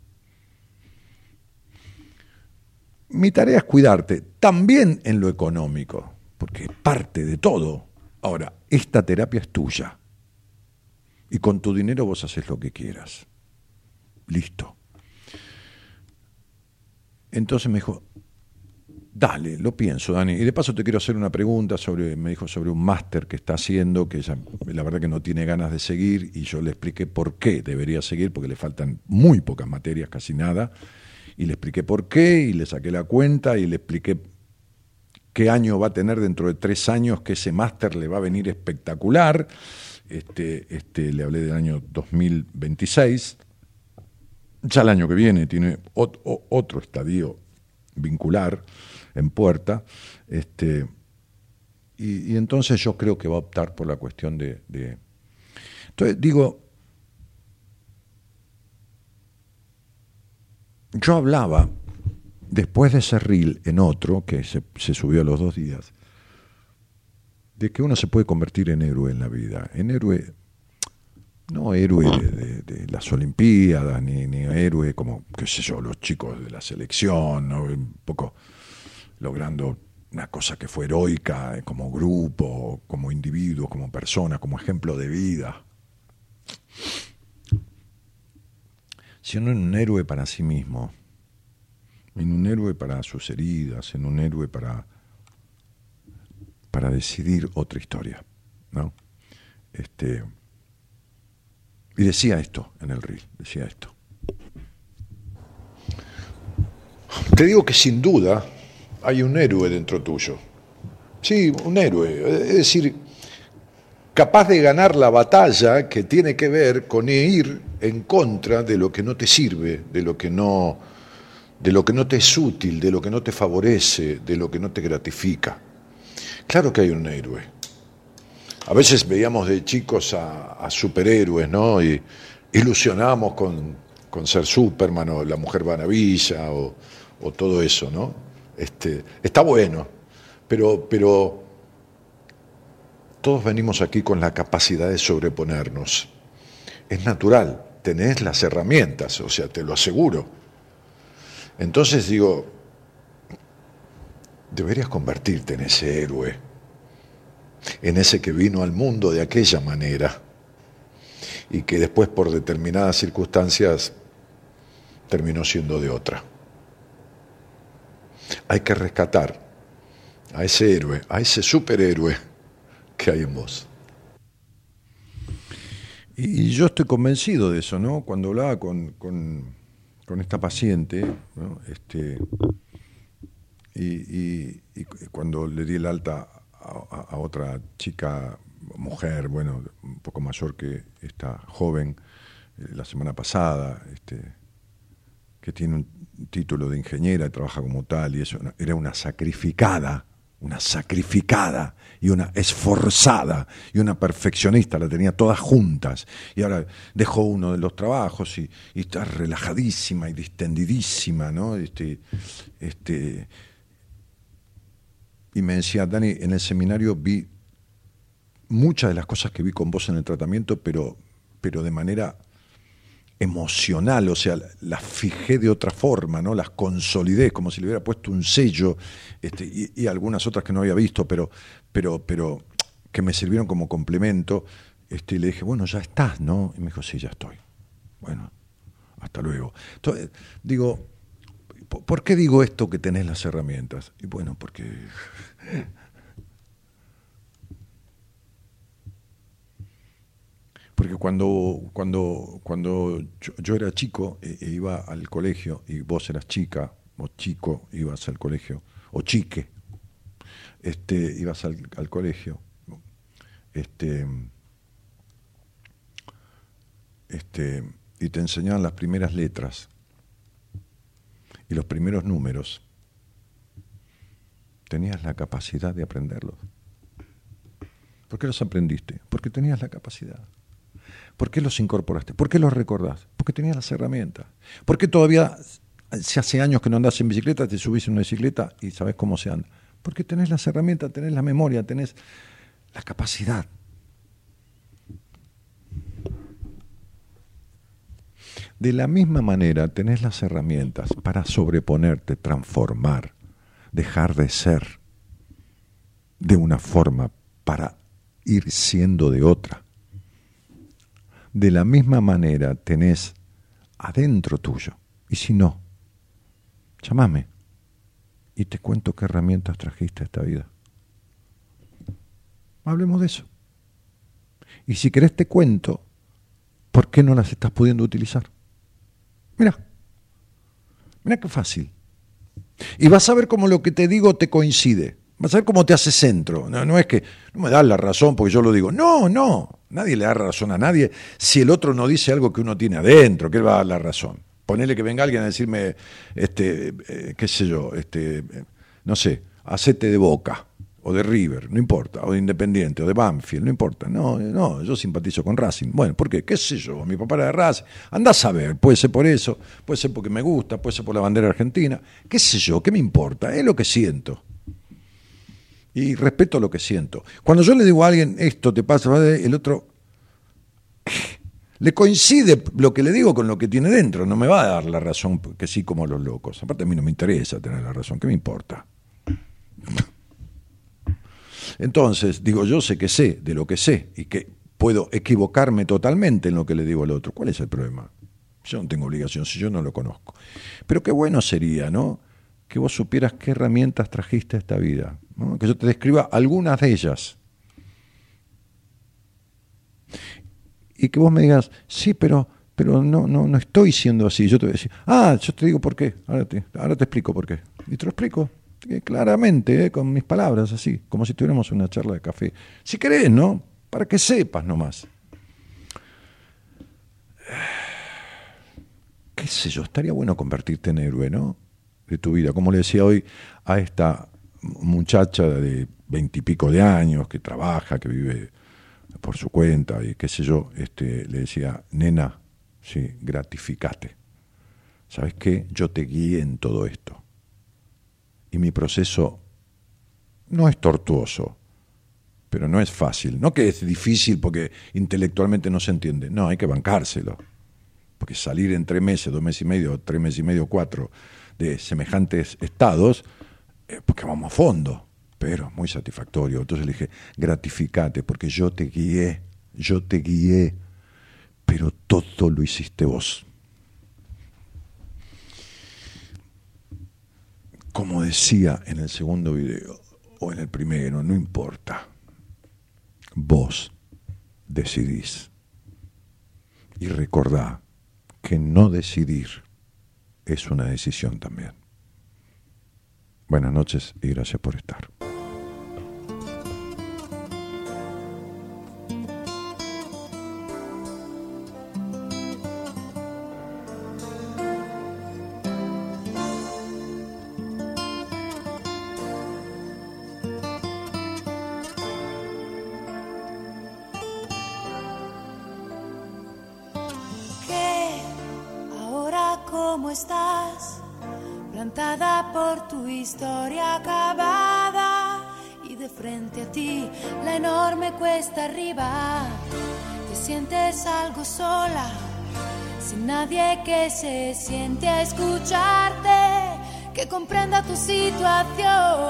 Mi tarea es cuidarte, también en lo económico, porque es parte de todo. Ahora, esta terapia es tuya. Y con tu dinero vos haces lo que quieras. Listo. Entonces me dijo, dale, lo pienso, Dani. Y de paso te quiero hacer una pregunta me dijo sobre un máster que está haciendo, que ella, la verdad que no tiene ganas de seguir, y yo le expliqué por qué debería seguir, porque le faltan muy pocas materias, casi nada, y le expliqué por qué, y le saqué la cuenta, y le expliqué qué año va a tener dentro de 3 años, que ese máster le va a venir espectacular. Le hablé del año 2026. Ya el año que viene tiene otro estadio vincular en puerta, y entonces yo creo que va a optar por la cuestión de... Entonces digo, yo hablaba después de ese reel en otro, que se subió a los 2 días, de que uno se puede convertir en héroe en la vida, en héroe, no héroe de las Olimpiadas, ni héroe como, qué sé yo, los chicos de la selección, ¿no? Un poco logrando una cosa que fue heroica como grupo, como individuo, como persona, como ejemplo de vida, sino en un héroe para sí mismo, en un héroe para sus heridas, en un héroe para decidir otra historia, ¿no? Y decía esto en el reel, decía esto. Te digo que sin duda hay un héroe dentro tuyo. Sí, un héroe. Es decir, capaz de ganar la batalla que tiene que ver con ir en contra de lo que no te sirve, de lo que no te es útil, de lo que no te favorece, de lo que no te gratifica. Claro que hay un héroe. A veces veíamos de chicos a superhéroes, ¿no? Y ilusionamos con ser Superman o la Mujer Maravilla o todo eso, ¿no? Está bueno, pero todos venimos aquí con la capacidad de sobreponernos. Es natural, tenés las herramientas, o sea, te lo aseguro. Entonces digo, deberías convertirte en ese héroe, en ese que vino al mundo de aquella manera y que después por determinadas circunstancias terminó siendo de otra. Hay que rescatar a ese héroe, a ese superhéroe que hay en vos. Y yo estoy convencido de eso, ¿no? Cuando hablaba con esta paciente, ¿no? Y cuando le di el alta a otra chica, mujer, bueno, un poco mayor que esta joven, la semana pasada, que tiene un título de ingeniera y trabaja como tal, y eso era una sacrificada y una esforzada y una perfeccionista, la tenía todas juntas, y ahora dejó uno de los trabajos y está relajadísima y distendidísima, ¿no? Y me decía, Dani, en el seminario vi muchas de las cosas que vi con vos en el tratamiento, pero de manera emocional, o sea, las fijé de otra forma, ¿no? Las consolidé, como si le hubiera puesto un sello, y algunas otras que no había visto, pero que me sirvieron como complemento. Y le dije, bueno, ya estás, ¿no? Y me dijo, sí, ya estoy. Bueno, hasta luego. Entonces, digo, ¿por qué digo esto que tenés las herramientas? Y bueno, porque cuando yo era chico e iba al colegio, y vos eras chica o chico, ibas al colegio, o chique, ibas al colegio, y te enseñaban las primeras letras y los primeros números, tenías la capacidad de aprenderlos. ¿Por qué los aprendiste? Porque tenías la capacidad. ¿Por qué los incorporaste? ¿Por qué los recordás? Porque tenías las herramientas. ¿Por qué todavía, si hace años que no andás en bicicleta, te subís en una bicicleta y sabés cómo se anda? Porque tenés las herramientas, tenés la memoria, tenés la capacidad. De la misma manera tenés las herramientas para sobreponerte, transformar, dejar de ser de una forma para ir siendo de otra. De la misma manera tenés adentro tuyo. Y si no, llámame y te cuento qué herramientas trajiste a esta vida. Hablemos de eso. Y si querés te cuento por qué no las estás pudiendo utilizar. Mira qué fácil. Y vas a ver cómo lo que te digo te coincide. Vas a ver cómo te hace centro. No es que no me das la razón porque yo lo digo. No. Nadie le da razón a nadie si el otro no dice algo que uno tiene adentro, que él va a dar la razón. Ponele que venga alguien a decirme, qué sé yo, no sé, hacete de Boca, o de River, no importa, o de Independiente, o de Banfield, no importa. No, yo simpatizo con Racing. Bueno, ¿por qué? ¿Qué sé yo? Mi papá era de Racing. Andá a ver, puede ser por eso, puede ser porque me gusta, puede ser por la bandera argentina. ¿Qué sé yo? ¿Qué me importa? Es lo que siento. Y respeto lo que siento. Cuando yo le digo a alguien, esto te pasa, el otro le coincide lo que le digo con lo que tiene dentro. No me va a dar la razón que sí como los locos. Aparte a mí no me interesa tener la razón. ¿Qué me importa? Entonces, digo, yo sé de lo que sé y que puedo equivocarme totalmente en lo que le digo al otro. ¿Cuál es el problema? Yo no tengo obligación si yo no lo conozco. Pero qué bueno sería, ¿no?, que vos supieras qué herramientas trajiste a esta vida, ¿no? Que yo te describa algunas de ellas. Y que vos me digas, sí, pero no estoy siendo así. Yo te voy a decir, yo te digo por qué, ahora te explico por qué. Y te lo explico claramente, con mis palabras, así, como si tuviéramos una charla de café. Si querés, ¿no? Para que sepas nomás. Qué sé yo, estaría bueno convertirte en héroe, ¿no?, de tu vida. Como le decía hoy a esta muchacha de 20 y pico de años que trabaja, que vive por su cuenta y qué sé yo, le decía, nena, sí, gratificate. ¿Sabes qué? Yo te guié en todo esto. Y mi proceso no es tortuoso, pero no es fácil. No que es difícil porque intelectualmente no se entiende. No, hay que bancárselo. Porque salir en 3 meses, 2 meses y medio, 3 meses y medio, 4, de semejantes estados, porque vamos a fondo, pero muy satisfactorio. Entonces le dije, gratificate, porque yo te guié, pero todo lo hiciste vos. Como decía en el segundo video, o en el primero, no importa, vos decidís. Y recordá que no decidir es una decisión también. Buenas noches y gracias por estar. ¿Cómo estás? Plantada por tu historia acabada y de frente a ti la enorme cuesta arriba. Te sientes algo sola, sin nadie que se siente a escucharte, que comprenda tu situación.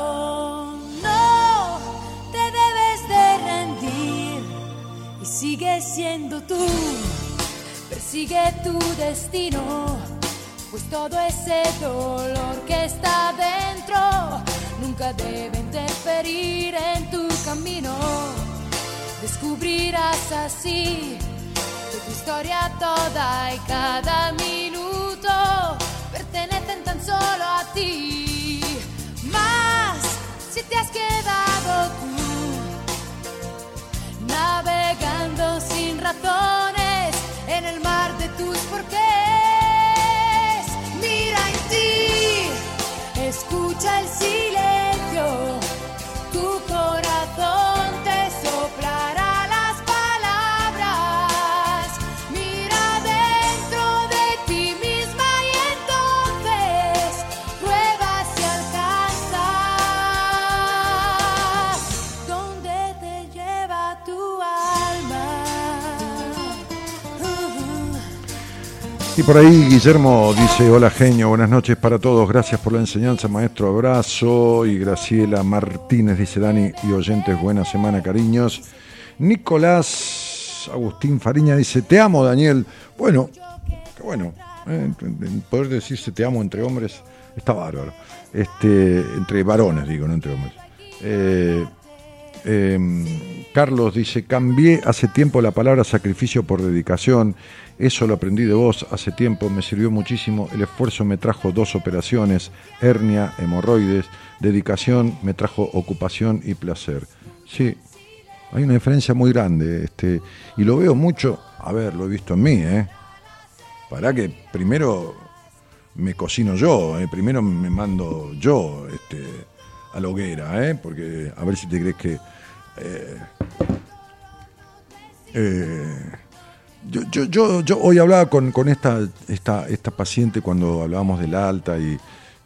No te debes de rendir y sigue siendo tú. Persigue tu destino, pues todo ese dolor que está dentro nunca debe interferir en tu camino. Descubrirás así que tu historia toda y cada minuto pertenecen tan solo a ti. Más si te has quedado tú navegando sin razones en el mar de tus porqués. Mira en ti, escucha el silencio, tu corazón te sopla Y por ahí Guillermo dice: hola genio, buenas noches para todos, gracias por la enseñanza maestro, abrazo. Y Graciela Martínez dice: Dani y oyentes, buena semana, cariños. Nicolás Agustín Fariña dice: te amo, Daniel. Bueno, qué bueno, poder decirse te amo entre hombres está bárbaro, entre varones digo, no entre hombres. Carlos dice: cambié hace tiempo la palabra sacrificio por dedicación. Eso lo aprendí de vos hace tiempo, me sirvió muchísimo. El esfuerzo me trajo 2 operaciones, hernia, hemorroides. Dedicación me trajo ocupación y placer. Sí, hay una diferencia muy grande, y lo veo mucho. A ver, lo he visto en mí, Para que primero me cocino yo, primero me mando yo, a la hoguera, porque a ver si te crees que yo hoy hablaba con esta paciente cuando hablábamos del alta y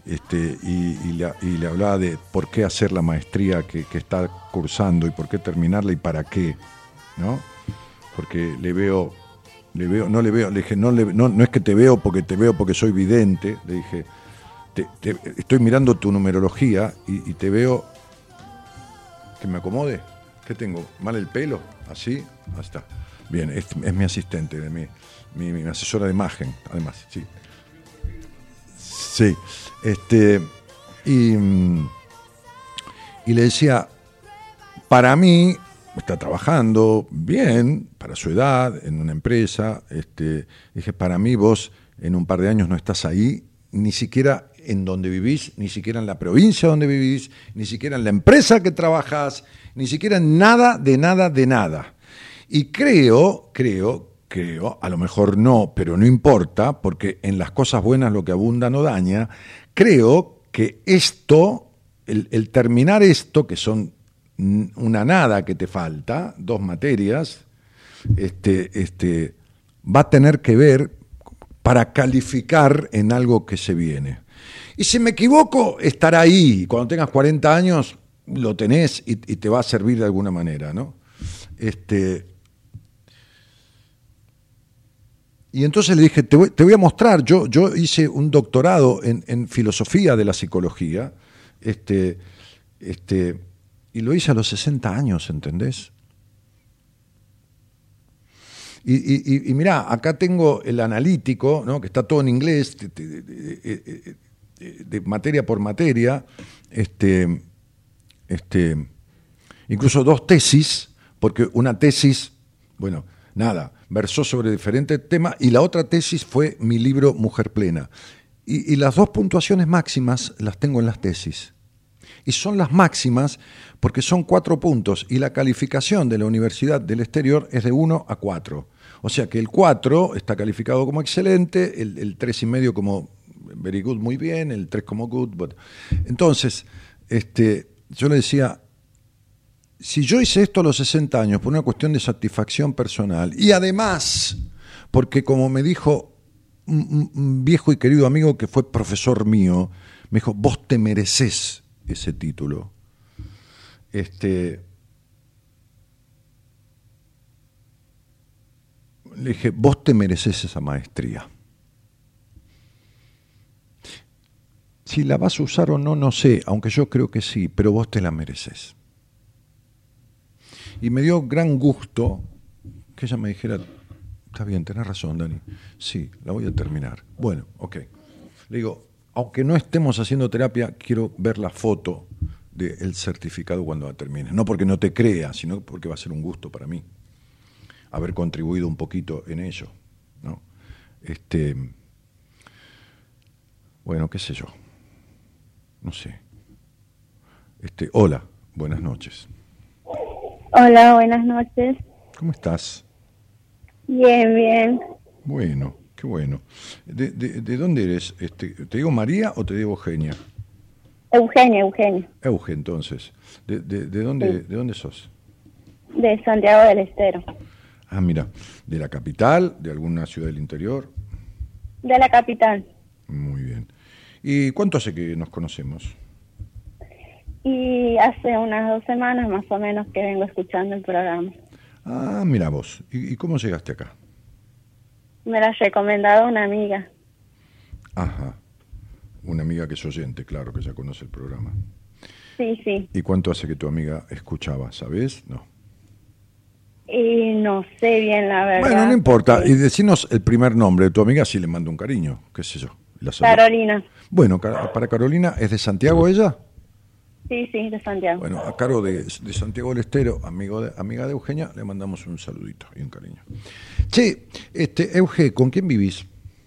le hablaba de por qué hacer la maestría que está cursando y por qué terminarla y para qué, ¿no? Porque le dije, no es que te veo porque soy vidente, le dije, estoy mirando tu numerología y te veo que me acomode. ¿Qué tengo? ¿Mal el pelo? ¿Así? Ahí está. Bien, es mi asistente, mi asesora de imagen, además, sí. Sí, y le decía, para mí, está trabajando bien, para su edad, en una empresa, dije, para mí vos en un par de años no estás ahí, ni siquiera en donde vivís, ni siquiera en la provincia donde vivís, ni siquiera en la empresa que trabajás, ni siquiera en nada, de nada, de nada. Y creo, a lo mejor no, pero no importa, porque en las cosas buenas lo que abunda no daña, creo que esto, el terminar esto, que son una nada que te falta, 2 materias, va a tener que ver para calificar en algo que se viene. Y si me equivoco, estará ahí. Cuando tengas 40 años, lo tenés y te va a servir de alguna manera, ¿no? Y entonces le dije, te voy a mostrar, yo hice un doctorado en filosofía de la psicología, y lo hice a los 60 años, ¿entendés? Y mirá, acá tengo el analítico, ¿no? Que está todo en inglés, de materia por materia, incluso 2 tesis, porque una tesis, bueno, nada, versó sobre diferentes temas y la otra tesis fue mi libro Mujer Plena. Y las 2 puntuaciones máximas las tengo en las tesis. Y son las máximas porque son 4 puntos y la calificación de la Universidad del Exterior es de 1 a 4. O sea que el 4 está calificado como excelente, el 3,5 como very good, muy bien, el 3 como good. But... Entonces, yo le decía, si yo hice esto a los 60 años por una cuestión de satisfacción personal y además porque como me dijo un viejo y querido amigo que fue profesor mío, me dijo, vos te merecés ese título. Le dije, vos te merecés esa maestría. Si la vas a usar o no, no sé, aunque yo creo que sí, pero vos te la merecés. Y me dio gran gusto que ella me dijera, está bien, tenés razón, Dani, sí, la voy a terminar. Bueno, ok. Le digo, aunque no estemos haciendo terapia, quiero ver la foto del certificado cuando la termine. No porque no te crea, sino porque va a ser un gusto para mí haber contribuido un poquito en ello, ¿no? Bueno, qué sé yo. No sé. Hola, buenas noches. Hola, buenas noches. ¿Cómo estás? Bien, bien. Bueno, qué bueno. ¿De dónde eres? ¿Te digo María o te digo Eugenia? Eugenia. Euge, entonces. ¿De dónde, Sí. ¿De dónde sos? De Santiago del Estero. Ah, mira, ¿de la capital? ¿De alguna ciudad del interior? De la capital. Muy bien. ¿Y cuánto hace que nos conocemos? Y hace unas 2 semanas más o menos que vengo escuchando el programa. Ah, mira vos. ¿Y cómo llegaste acá? Me la ha recomendado una amiga. Ajá. Una amiga que es oyente, claro, que ya conoce el programa. Sí, sí. ¿Y cuánto hace que tu amiga escuchaba? ¿Sabés? No. Y no sé bien la verdad. Bueno, no importa. porque- Y decinos el primer nombre de tu amiga, si le mando un cariño, qué sé yo. La saludo. Carolina. Bueno, para Carolina, ¿es de Santiago ella? Sí, sí, de Santiago. Bueno, a Caro de Santiago del Estero, amiga de Eugenia, le mandamos un saludito y un cariño. Che, Euge, ¿con quién vivís?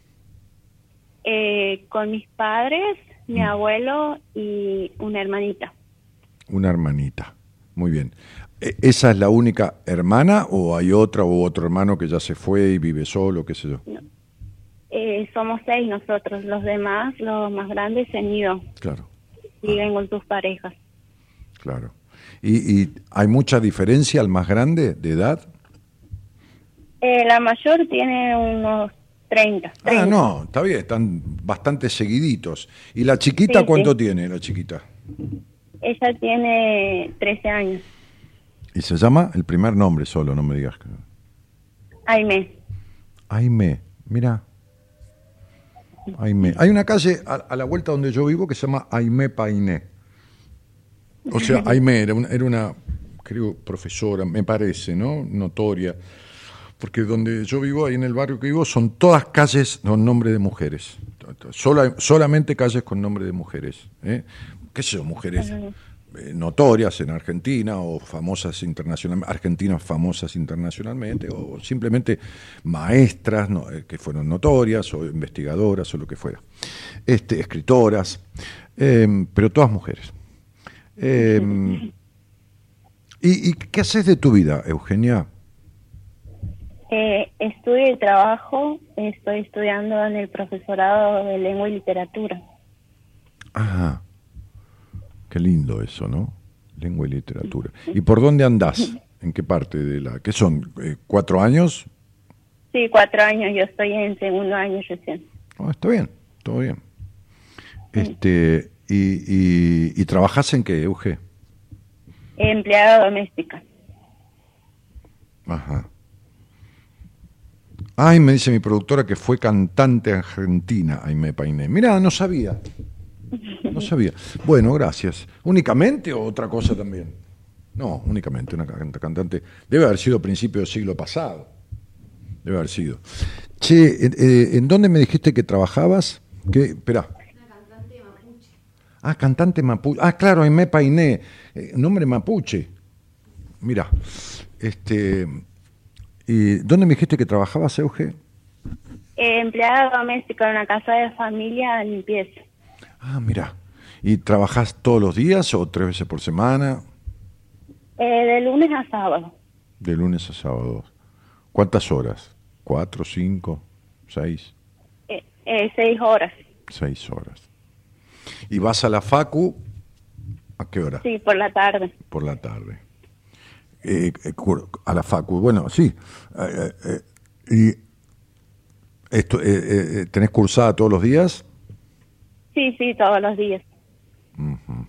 Con mis padres, mi abuelo y una hermanita. Una hermanita. Muy bien. ¿Esa es la única hermana o hay otra u otro hermano que ya se fue y vive solo, qué sé yo? Somos 6 nosotros, los demás, los más grandes, se han ido. Claro, Viven con sus parejas. claro. ¿Y hay mucha diferencia al más grande de edad? La mayor tiene unos 30. Ah, no, está bien, están bastante seguiditos. ¿Y la chiquita Sí, cuánto sí. tiene, la chiquita? Ella tiene 13 años. Y se llama el primer nombre solo, no me digas. Aimé. Aimé, mira. Aimé. Hay una calle a la vuelta donde yo vivo que se llama Aimé Painé. O sea, Aimé era una, creo, profesora, me parece, ¿no? Notoria. Porque donde yo vivo, ahí en el barrio que vivo, son todas calles con nombre de mujeres. Solamente calles con nombre de mujeres. ¿Qué sé yo? Mujeres notorias en Argentina o famosas internacionalmente, argentinas famosas internacionalmente, o simplemente maestras que fueron notorias o investigadoras o lo que fuera. Escritoras, pero todas mujeres. ¿Y qué haces de tu vida, Eugenia? Estudio y trabajo, estoy estudiando en el profesorado de lengua y literatura. Ajá, qué lindo eso, ¿no? Lengua y literatura. ¿Y por dónde andás? ¿En qué parte de la...? ¿Qué son? ¿4 años? Sí, 4 años, yo estoy en segundo año recién. Está bien, todo bien. ¿Y trabajás en qué, Euge? Empleada doméstica. Ajá. Ay, me dice mi productora que fue cantante argentina, Aimé Painé. Mirá, no sabía. No sabía. Bueno, gracias. ¿Únicamente o otra cosa también? No, únicamente, una cantante. Debe haber sido a principios del siglo pasado. Debe haber sido. Che, ¿en dónde me dijiste que trabajabas? Esperá. Una cantante mapuche. Ah, cantante mapuche. Ah, claro, Aimé Painé. Nombre mapuche. Mira, ¿y dónde me dijiste que trabajabas, Euge? Empleada doméstica en una casa de familia, limpieza. Ah, mira. ¿Y trabajás todos los días o 3 veces por semana? De lunes a sábado. De lunes a sábado. ¿Cuántas horas? ¿4, 5, 6? 6 horas. 6 horas. ¿Y vas a la facu? ¿A qué hora? Sí, por la tarde. Por la tarde. A la facu. Bueno, sí. ¿Y esto, tenés cursada todos los días? Sí, sí, todos los días. Uh-huh.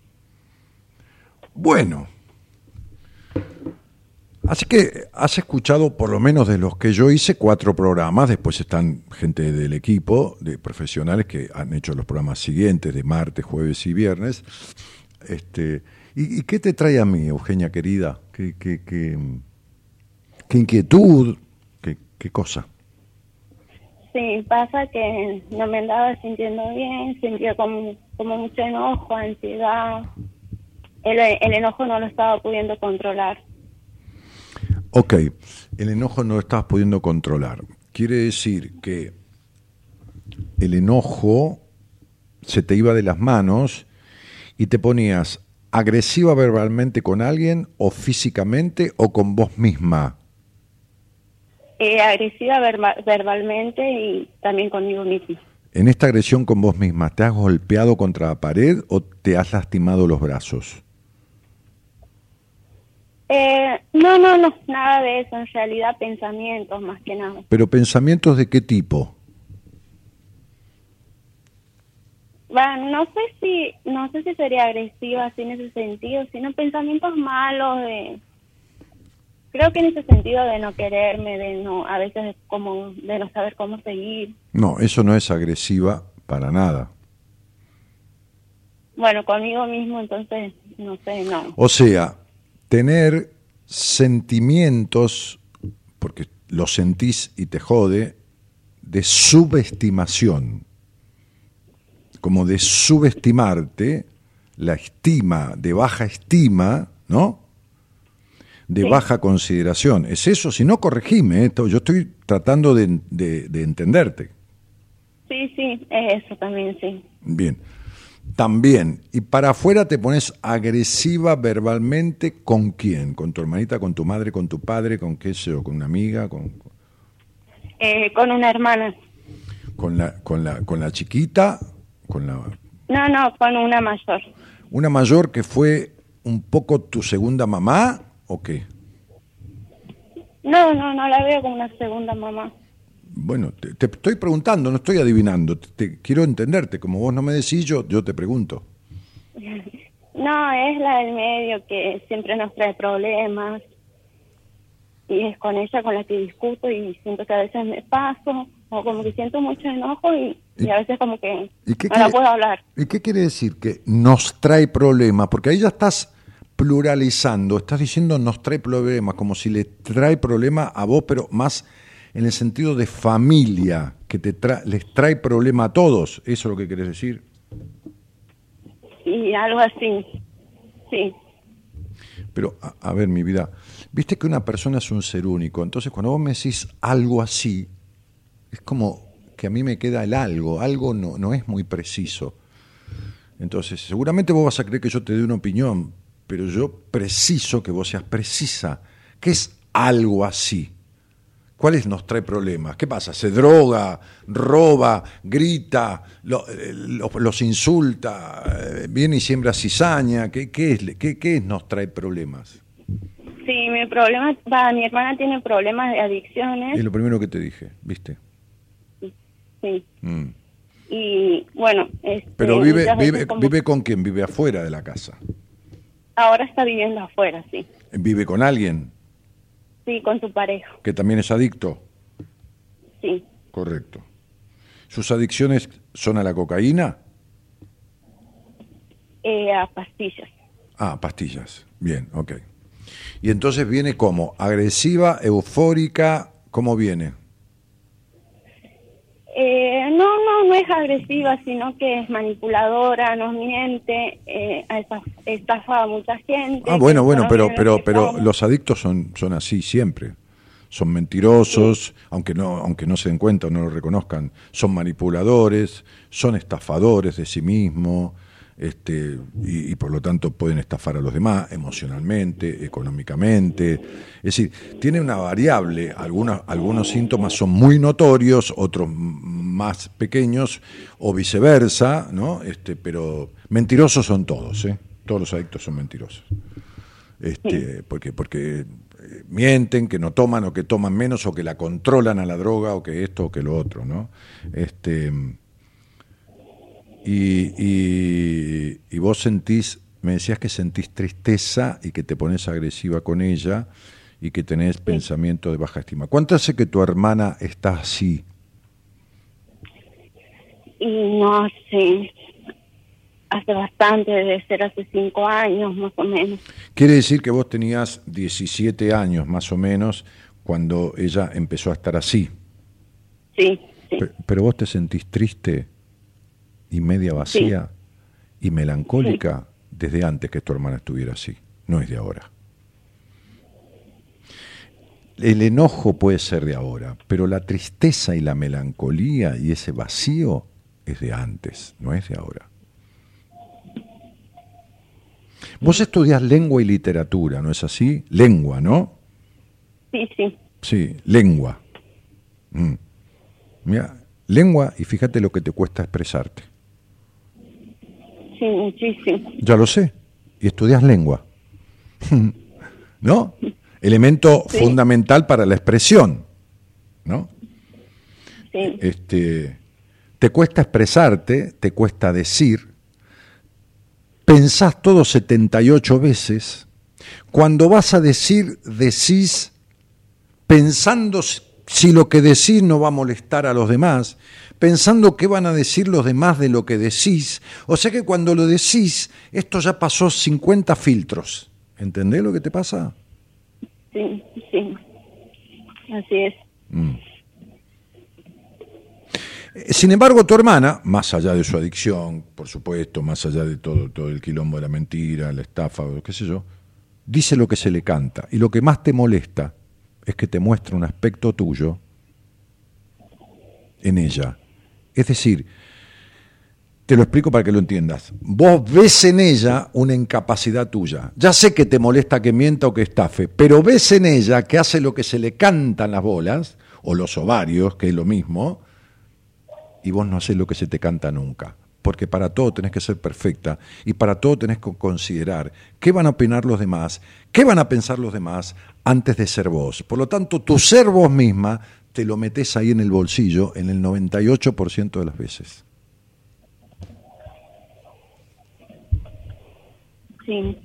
Bueno. Así que has escuchado, por lo menos de los que yo hice, 4 programas. Después están gente del equipo, de profesionales que han hecho los programas siguientes, de martes, jueves y viernes. ¿Y qué te trae a mí, Eugenia querida? ¿Qué inquietud? ¿Qué cosa? Sí, pasa que no me andaba sintiendo bien, sentía como mucho enojo, ansiedad. El enojo no lo estaba pudiendo controlar. Ok, el enojo no lo estabas pudiendo controlar. Quiere decir que el enojo se te iba de las manos y te ponías agresiva verbalmente con alguien o físicamente o con vos misma. Agresiva verbalmente y también conmigo misma. En esta agresión con vos misma, ¿te has golpeado contra la pared o te has lastimado los brazos? No, nada de eso. En realidad pensamientos más que nada. ¿Pero pensamientos de qué tipo? Bueno, no sé si sería agresiva así en ese sentido, sino pensamientos malos creo que en ese sentido de no quererme, de no, a veces como de no saber cómo seguir. No, eso no es agresiva para nada. Bueno, conmigo mismo, entonces, no sé, no. O sea, tener sentimientos, porque lo sentís y te jode, de subestimación, como de subestimarte, la estima, de baja estima, ¿no? De Sí. baja consideración. ¿Es eso? Si no, corregime, esto. Yo estoy tratando de entenderte. Sí, es eso también, sí. Bien. También, y para afuera te pones agresiva verbalmente, ¿con quién? ¿Con tu hermanita, con tu madre, con tu padre, con qué sé yo, con una amiga, con Con una hermana. la chiquita, con la No, con una mayor. una mayor que fue un poco tu segunda mamá o qué? No la veo como una segunda mamá. Bueno, te estoy preguntando, no estoy adivinando, te quiero entenderte, como vos no me decís, yo te pregunto. No, es la del medio que siempre nos trae problemas. Y es con ella con la que discuto y siento que a veces me paso, o como que siento mucho enojo y a veces como que no la puedo hablar. ¿Y qué quiere decir que nos trae problemas? Porque ahí ya estás pluralizando, estás diciendo nos trae problemas, como si le trae problema a vos, pero más en el sentido de familia, que les trae problema a todos. ¿Eso es lo que querés decir? Y algo así, sí. Pero, a ver, mi vida, viste que una persona es un ser único, entonces cuando vos me decís algo así, es como que a mí me queda el algo no es muy preciso. Entonces, seguramente vos vas a creer que yo te dé una opinión, pero yo preciso que vos seas precisa. ¿Qué es algo así? ¿Cuáles nos trae problemas? ¿Qué pasa? ¿Se droga, roba, grita, los insulta, viene y siembra cizaña? ¿Qué nos trae problemas? Sí, mi hermana tiene problemas de adicciones. Es lo primero que te dije, ¿viste? Sí. Y bueno, pero muchas veces vive con quién? Vive afuera de la casa. Ahora está viviendo afuera, sí. ¿Vive con alguien? Sí, con su pareja. ¿Que también es adicto? Sí. Correcto. ¿Sus adicciones son a la cocaína? A pastillas. Ah, pastillas. Bien, ok. Y entonces viene ¿cómo? ¿Agresiva, eufórica? ¿Cómo viene? No es agresiva, sino que es manipuladora, nos miente, estafa a mucha gente. Ah, bueno, pero los adictos son así siempre. Son mentirosos, sí. aunque no se den cuenta o no lo reconozcan, son manipuladores, son estafadores de sí mismos, y por lo tanto pueden estafar a los demás emocionalmente, económicamente. Es decir, tiene una variable, algunos síntomas son muy notorios, otros más pequeños, o viceversa, ¿no? Pero mentirosos son todos, ¿eh? Todos los adictos son mentirosos. Porque mienten, que no toman o que toman menos o que la controlan a la droga o que esto o que lo otro, ¿no? Y vos me decías que sentís tristeza y que te pones agresiva con ella y que tenés pensamiento de baja estima. ¿Cuánto hace que tu hermana está así? Y no sé, hace bastante, debe ser hace 5 años más o menos. Quiere decir que vos tenías 17 años más o menos cuando ella empezó a estar así. Sí. Pero vos te sentís triste y media vacía y melancólica desde antes que tu hermana estuviera así, no es de ahora. El enojo puede ser de ahora, pero la tristeza y la melancolía y ese vacío es de antes, no es de ahora. Vos estudiás lengua y literatura, ¿no es así? Lengua, ¿no? Sí. Sí, lengua. Mira, lengua y fíjate lo que te cuesta expresarte. Sí, muchísimo. Ya lo sé. Y estudias lengua. ¿No? Elemento fundamental para la expresión. ¿No? Sí. Te cuesta expresarte, te cuesta decir. Pensás todo 78 veces. Cuando vas a decir, decís pensando si lo que decís no va a molestar a los demás, pensando qué van a decir los demás de lo que decís. O sea que cuando lo decís, esto ya pasó 50 filtros. ¿Entendés lo que te pasa? Sí, sí. Así es. Sin embargo, tu hermana, más allá de su adicción, por supuesto, más allá de todo el quilombo de la mentira, la estafa, o qué sé yo, dice lo que se le canta. Y lo que más te molesta es que te muestre un aspecto tuyo en ella. Es decir, te lo explico para que lo entiendas. Vos ves en ella una incapacidad tuya. Ya sé que te molesta que mienta o que estafe, pero ves en ella que hace lo que se le cantan las bolas, o los ovarios, que es lo mismo, y vos no haces lo que se te canta nunca. Porque para todo tenés que ser perfecta y para todo tenés que considerar qué van a opinar los demás, qué van a pensar los demás antes de ser vos. Por lo tanto, tu ser vos misma te lo metés ahí en el bolsillo en el 98% de las veces. Sí.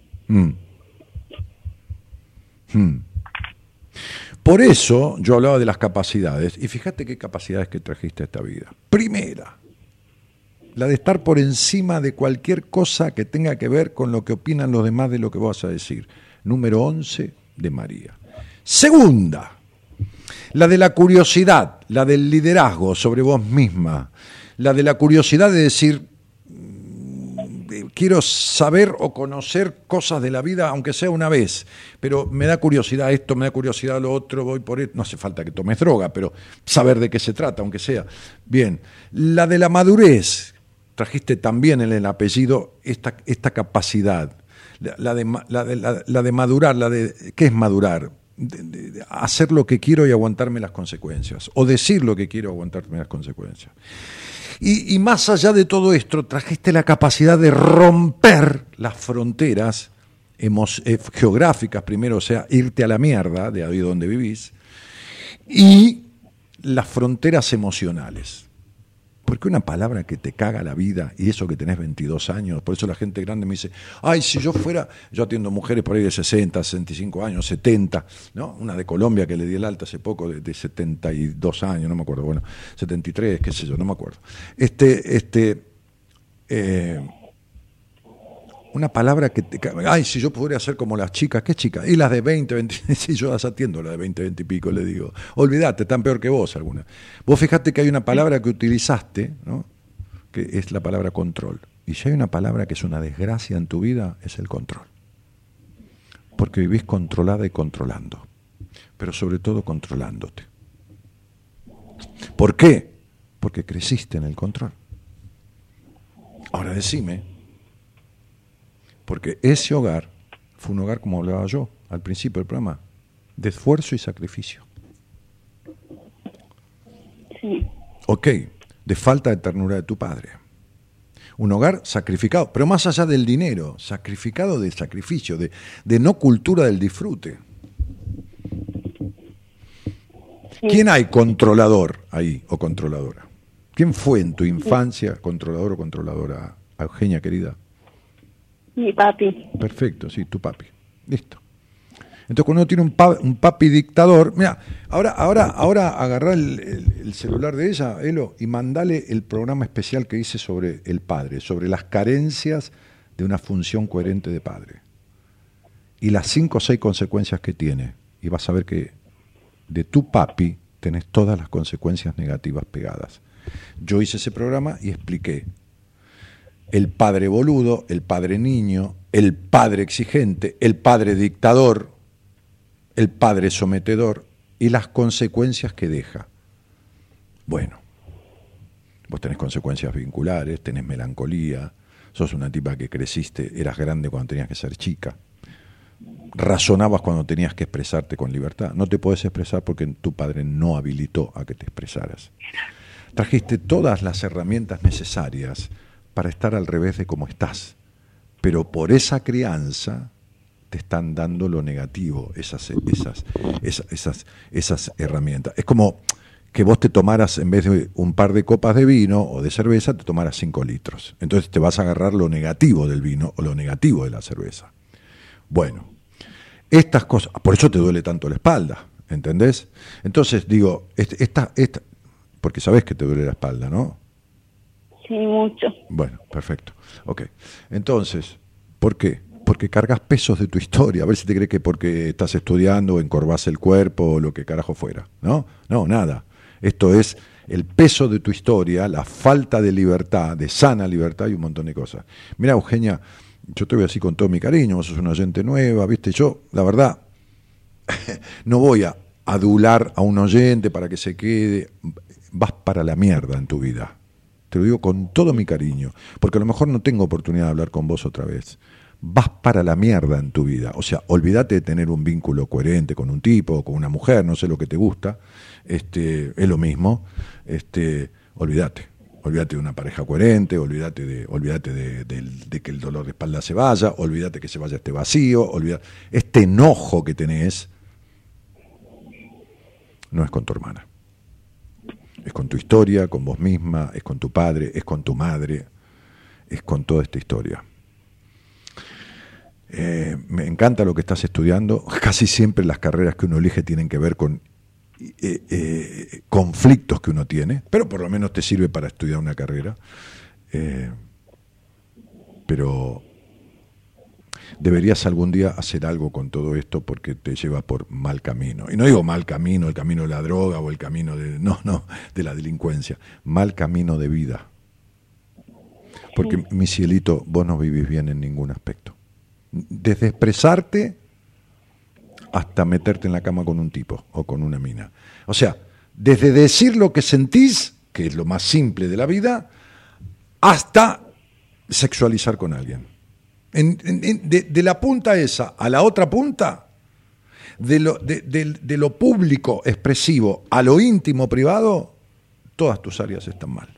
Por eso yo hablaba de las capacidades, y fíjate qué capacidades que trajiste a esta vida. Primera, la de estar por encima de cualquier cosa que tenga que ver con lo que opinan los demás de lo que vos vas a decir. Número 11 de María. Segunda, la de la curiosidad, la del liderazgo sobre vos misma, la de la curiosidad de decir, quiero saber o conocer cosas de la vida, aunque sea una vez, pero me da curiosidad esto, me da curiosidad lo otro, voy por esto. No hace falta que tomes droga, pero saber de qué se trata, aunque sea. Bien, la de la madurez, trajiste también en el apellido esta capacidad, la de madurar, ¿qué es madurar? De hacer lo que quiero y aguantarme las consecuencias, o decir lo que quiero y aguantarme las consecuencias. Y más allá de todo esto, trajiste la capacidad de romper las fronteras geográficas, primero, o sea, irte a la mierda de ahí donde vivís, y las fronteras emocionales. Porque una palabra que te caga la vida, y eso que tenés 22 años, por eso la gente grande me dice, ay, si yo fuera, yo atiendo mujeres por ahí de 60, 65 años, 70, ¿no? Una de Colombia que le di el alta hace poco, de 72 años, no me acuerdo, bueno, 73, qué sé yo, no me acuerdo. Una palabra que te caga, ay, si yo pudiera ser como las chicas, ¿qué chicas? Y las de 20, 20, si yo las atiendo, las de 20, 20 y pico, le digo, olvídate, están peor que vos algunas. Vos fijate que hay una palabra que utilizaste, ¿no? Que es la palabra control. Y si hay una palabra que es una desgracia en tu vida, es el control. Porque vivís controlada y controlando, pero sobre todo controlándote. ¿Por qué? Porque creciste en el control. Ahora decime, porque ese hogar fue un hogar, como hablaba yo al principio del programa, de esfuerzo y sacrificio. Sí. Ok, de falta de ternura de tu padre. Un hogar sacrificado, pero más allá del dinero, sacrificado de sacrificio, de no cultura del disfrute. Sí. ¿Quién hay controlador ahí o controladora? ¿Quién fue en tu infancia controlador o controladora, Eugenia querida? Mi papi. Perfecto, sí, tu papi. Listo. Entonces, cuando uno tiene un papi dictador, mira, ahora agarrá el celular de ella, Elo, y mandale el programa especial que hice sobre el padre, sobre las carencias de una función coherente de padre. Y las 5 o 6 consecuencias que tiene. Y vas a ver que de tu papi tenés todas las consecuencias negativas pegadas. Yo hice ese programa y expliqué el padre boludo, el padre niño, el padre exigente, el padre dictador, el padre sometedor y las consecuencias que deja. Bueno, vos tenés consecuencias vinculares, tenés melancolía, sos una tipa que creciste, eras grande cuando tenías que ser chica, razonabas cuando tenías que expresarte con libertad, no te podés expresar porque tu padre no habilitó a que te expresaras. Trajiste todas las herramientas necesarias para estar al revés de cómo estás, pero por esa crianza te están dando lo negativo, esas herramientas. Es como que vos te tomaras, en vez de un par de copas de vino o de cerveza, te tomaras 5 litros. Entonces te vas a agarrar lo negativo del vino o lo negativo de la cerveza. Bueno, estas cosas, por eso te duele tanto la espalda, ¿entendés? Entonces digo, porque sabés que te duele la espalda, ¿no? Sí, mucho. Bueno, perfecto. Ok. Entonces, ¿por qué? Porque cargas pesos de tu historia. A ver si te crees que porque estás estudiando encorvás el cuerpo o lo que carajo fuera. ¿No? No, nada. Esto es el peso de tu historia, la falta de libertad, de sana libertad y un montón de cosas. Mira, Eugenia, yo te voy así con todo mi cariño, vos sos una oyente nueva, ¿viste? Yo, la verdad, no voy a adular a un oyente para que se quede. Vas para la mierda en tu vida. Te lo digo con todo mi cariño, porque a lo mejor no tengo oportunidad de hablar con vos otra vez. Vas para la mierda en tu vida. O sea, olvídate de tener un vínculo coherente con un tipo o con una mujer, no sé lo que te gusta, es lo mismo. Olvídate de una pareja coherente, olvídate de que el dolor de espalda se vaya, olvídate que se vaya este vacío, este enojo que tenés no es con tu hermana. Es con tu historia, con vos misma, es con tu padre, es con tu madre, es con toda esta historia. Me encanta lo que estás estudiando. Casi siempre las carreras que uno elige tienen que ver con conflictos que uno tiene, pero por lo menos te sirve para estudiar una carrera. Pero deberías algún día hacer algo con todo esto porque te lleva por mal camino. Y no digo mal camino, el camino de la droga o el camino de la delincuencia. Mal camino de vida. Porque, mi cielito, vos no vivís bien en ningún aspecto. Desde expresarte hasta meterte en la cama con un tipo o con una mina. O sea, desde decir lo que sentís, que es lo más simple de la vida, hasta sexualizar con alguien. De la punta esa a la otra punta, de lo público expresivo a lo íntimo privado, todas tus áreas están mal.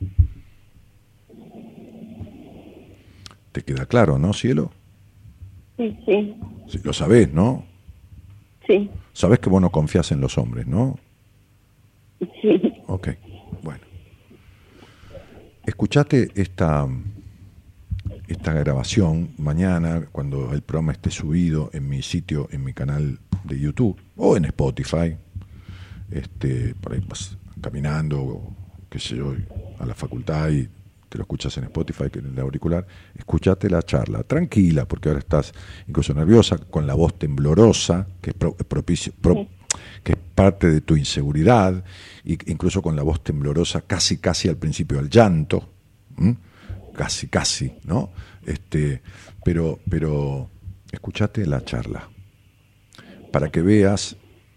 ¿Te queda claro, no, cielo? Sí, sí. Sí, lo sabés, ¿no? Sí. Sabés que vos no confías en los hombres, ¿no? Sí. Ok, bueno. Escuchate esta grabación mañana, cuando el programa esté subido en mi sitio, en mi canal de YouTube, o en Spotify, por ahí vas caminando, qué sé yo, a la facultad y te lo escuchas en Spotify, que en el auricular, escuchate la charla, tranquila, porque ahora estás incluso nerviosa, con la voz temblorosa, que es que es parte de tu inseguridad, e incluso con la voz temblorosa, casi al principio al llanto, casi, ¿no? Pero escuchate la charla, para que veas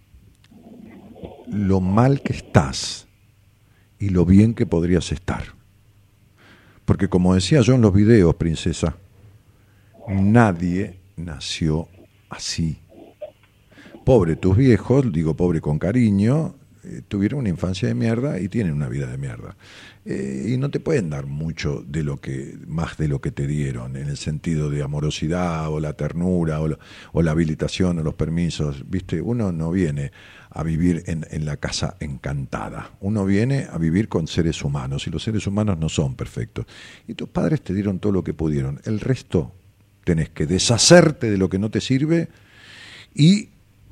lo mal que estás y lo bien que podrías estar. Porque como decía yo en los videos, princesa, nadie nació así. Pobre tus viejos, digo pobre con cariño, tuvieron una infancia de mierda y tienen una vida de mierda. Y no te pueden dar mucho más de lo que te dieron, en el sentido de amorosidad o la ternura o la habilitación o los permisos. ¿Viste? Uno no viene a vivir en la casa encantada. Uno viene a vivir con seres humanos y los seres humanos no son perfectos. Y tus padres te dieron todo lo que pudieron. El resto tenés que deshacerte de lo que no te sirve y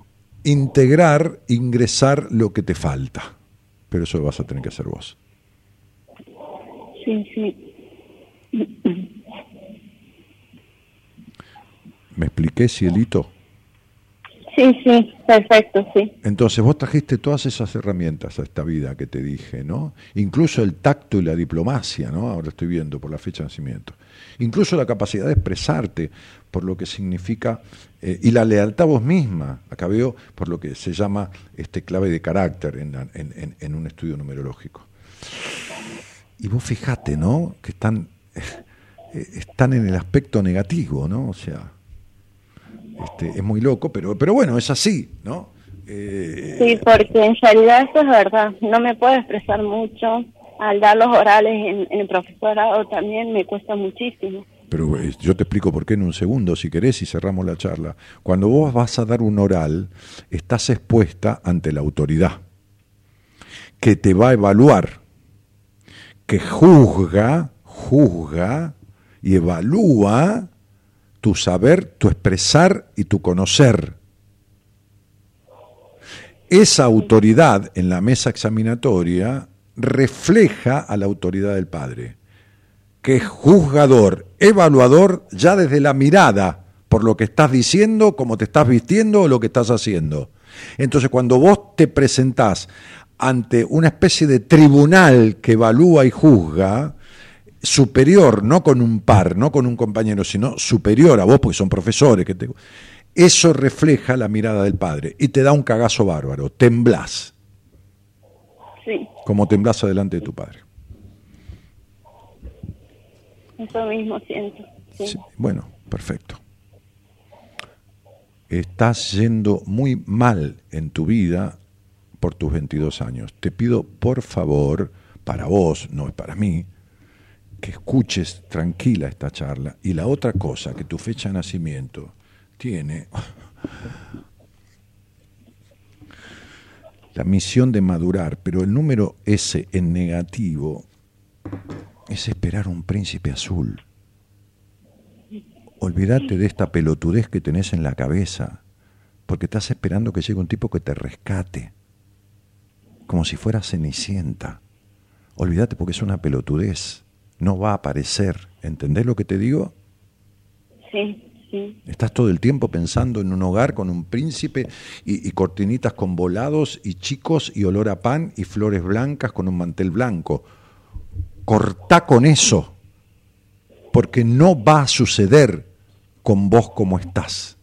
ingresar lo que te falta. Pero eso lo vas a tener que hacer vos. Sí. ¿Me expliqué, cielito? Sí, perfecto, sí. Entonces vos trajiste todas esas herramientas a esta vida que te dije, ¿no? Incluso el tacto y la diplomacia, ¿no? Ahora estoy viendo por la fecha de nacimiento. Incluso la capacidad de expresarte por lo que significa, y la lealtad a vos misma, acá veo, por lo que se llama clave de carácter en un estudio numerológico. Y vos fijate, ¿no? Que están en el aspecto negativo, ¿no? O sea, es muy loco, pero bueno, es así, ¿no? Sí, porque en realidad eso es verdad. No me puedo expresar mucho. Al dar los orales en el profesorado también me cuesta muchísimo. Pero yo te explico por qué en un segundo, si querés, y cerramos la charla. Cuando vos vas a dar un oral, estás expuesta ante la autoridad, que te va a evaluar, que juzga y evalúa tu saber, tu expresar y tu conocer. esa autoridad en la mesa examinatoria refleja a la autoridad del padre, que es juzgador, evaluador ya desde la mirada, por lo que estás diciendo, cómo te estás vistiendo o lo que estás haciendo. Entonces, cuando vos te presentás ante una especie de tribunal que evalúa y juzga, superior, no con un par, no con un compañero, sino superior a vos, porque son profesores, eso refleja la mirada del padre y te da un cagazo bárbaro, temblás. Sí. Como temblás adelante de tu padre. Eso mismo siento. Sí. Sí, bueno, perfecto. Estás yendo muy mal en tu vida por tus 22 años. Te pido, por favor, para vos, no es para mí, que escuches tranquila esta charla. Y la otra cosa, que tu fecha de nacimiento tiene la misión de madurar, pero el número S en negativo es esperar un príncipe azul. Olvídate de esta pelotudez que tenés en la cabeza, porque estás esperando que llegue un tipo que te rescate, como si fuera Cenicienta. Olvídate, porque es una pelotudez, no va a aparecer. ¿Entendés lo que te digo? Sí, sí. Estás todo el tiempo pensando en un hogar con un príncipe y cortinitas con volados y chicos y olor a pan y flores blancas con un mantel blanco. Cortá con eso, porque no va a suceder con vos como estás.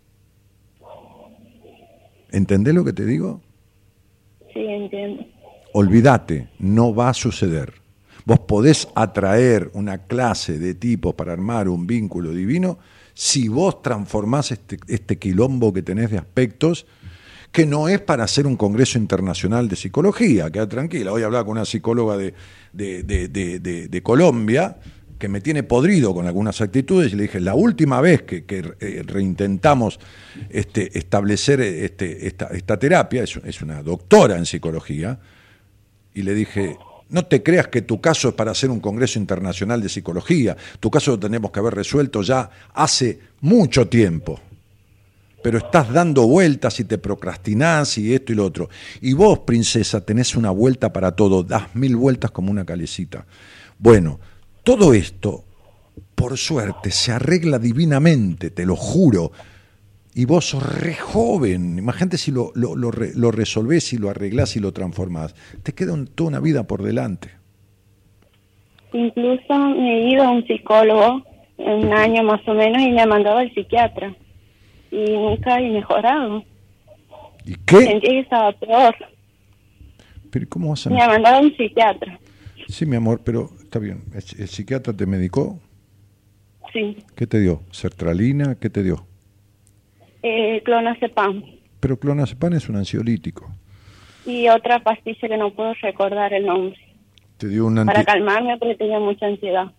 ¿Entendés lo que te digo? Sí, entiendo. Olvídate, no va a suceder. Vos podés atraer una clase de tipos para armar un vínculo divino si vos transformás este quilombo que tenés de aspectos, que no es para hacer un congreso internacional de psicología. Queda tranquila, hoy hablaba con una psicóloga de Colombia, que me tiene podrido con algunas actitudes, y le dije, la última vez que reintentamos establecer esta terapia, es una doctora en psicología, y le dije, no te creas que tu caso es para hacer un congreso internacional de psicología, tu caso lo tenemos que haber resuelto ya hace mucho tiempo, pero estás dando vueltas y te procrastinás y esto y lo otro, y vos, princesa, tenés una vuelta para todo, das 1000 vueltas como una calecita. Bueno, todo esto, por suerte, se arregla divinamente, te lo juro. Y vos sos re joven. Imagínate si lo resolvés y lo arreglás y lo transformás. Te queda toda una vida por delante. Incluso me he ido a un psicólogo en un año más o menos y me ha mandado al psiquiatra. Y nunca he mejorado. ¿Y qué? Sentí que estaba peor. ¿Pero cómo vas a...? Me ha mandado a un psiquiatra. Sí, mi amor, pero está bien. ¿El psiquiatra te medicó? Sí. ¿Qué te dio? ¿Sertralina? ¿Qué te dio? Clonazepam. Pero clonazepam es un ansiolítico. Y otra pastilla que no puedo recordar el nombre. Te dio un Para calmarme porque tenía mucha ansiedad.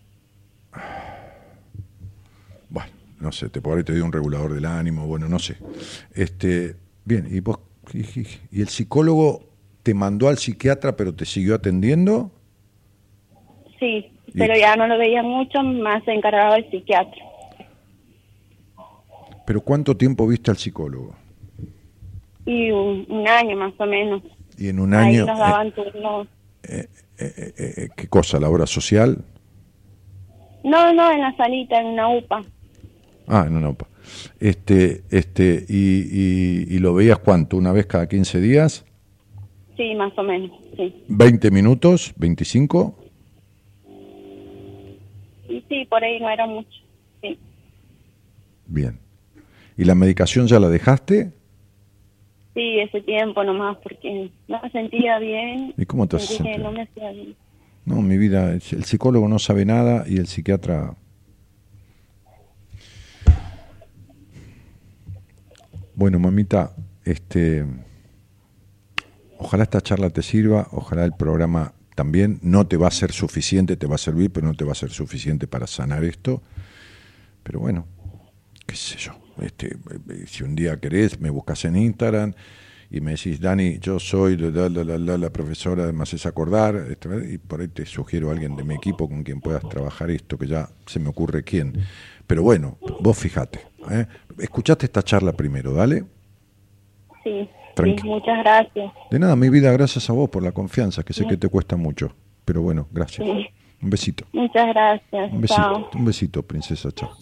Bueno, no sé, por ahí te dio un regulador del ánimo, bueno, no sé. Bien, ¿y vos? ¿Y el psicólogo te mandó al psiquiatra pero te siguió atendiendo? Sí, pero ya no lo veía mucho, más se encargaba el psiquiatra. ¿Pero cuánto tiempo viste al psicólogo? Y un año más o menos. Y en un año... Ahí nos daban turnos. ¿Qué cosa? ¿La obra social? No, en la salita, en una UPA. Ah, en una UPA. ¿Y lo veías cuánto? ¿Una vez cada 15 días? Sí, más o menos, sí. ¿20 minutos? ¿25? Y sí, por ahí no era mucho, sí. Bien. ¿Y la medicación ya la dejaste? Sí, ese tiempo nomás, porque no me sentía bien. ¿Y cómo te hace sentir? sentir? No me hacía bien. No, mi vida, el psicólogo no sabe nada y el psiquiatra... Bueno, mamita, ojalá esta charla te sirva, ojalá el programa también. No te va a ser suficiente, te va a servir, pero no te va a ser suficiente para sanar esto. Pero bueno, qué sé yo. Si un día querés, me buscas en Instagram y me decís, Dani, yo soy la profesora, me haces acordar, y por ahí te sugiero a alguien de mi equipo con quien puedas trabajar esto, que ya se me ocurre quién. Pero bueno, vos fijate, ¿eh? Escuchaste esta charla primero, dale. Sí. Sí, muchas gracias. De nada, mi vida, gracias a vos por la confianza, que sé que te cuesta mucho. Pero bueno, gracias. Sí. Un besito. Muchas gracias. Chao. Un besito, princesa, chao.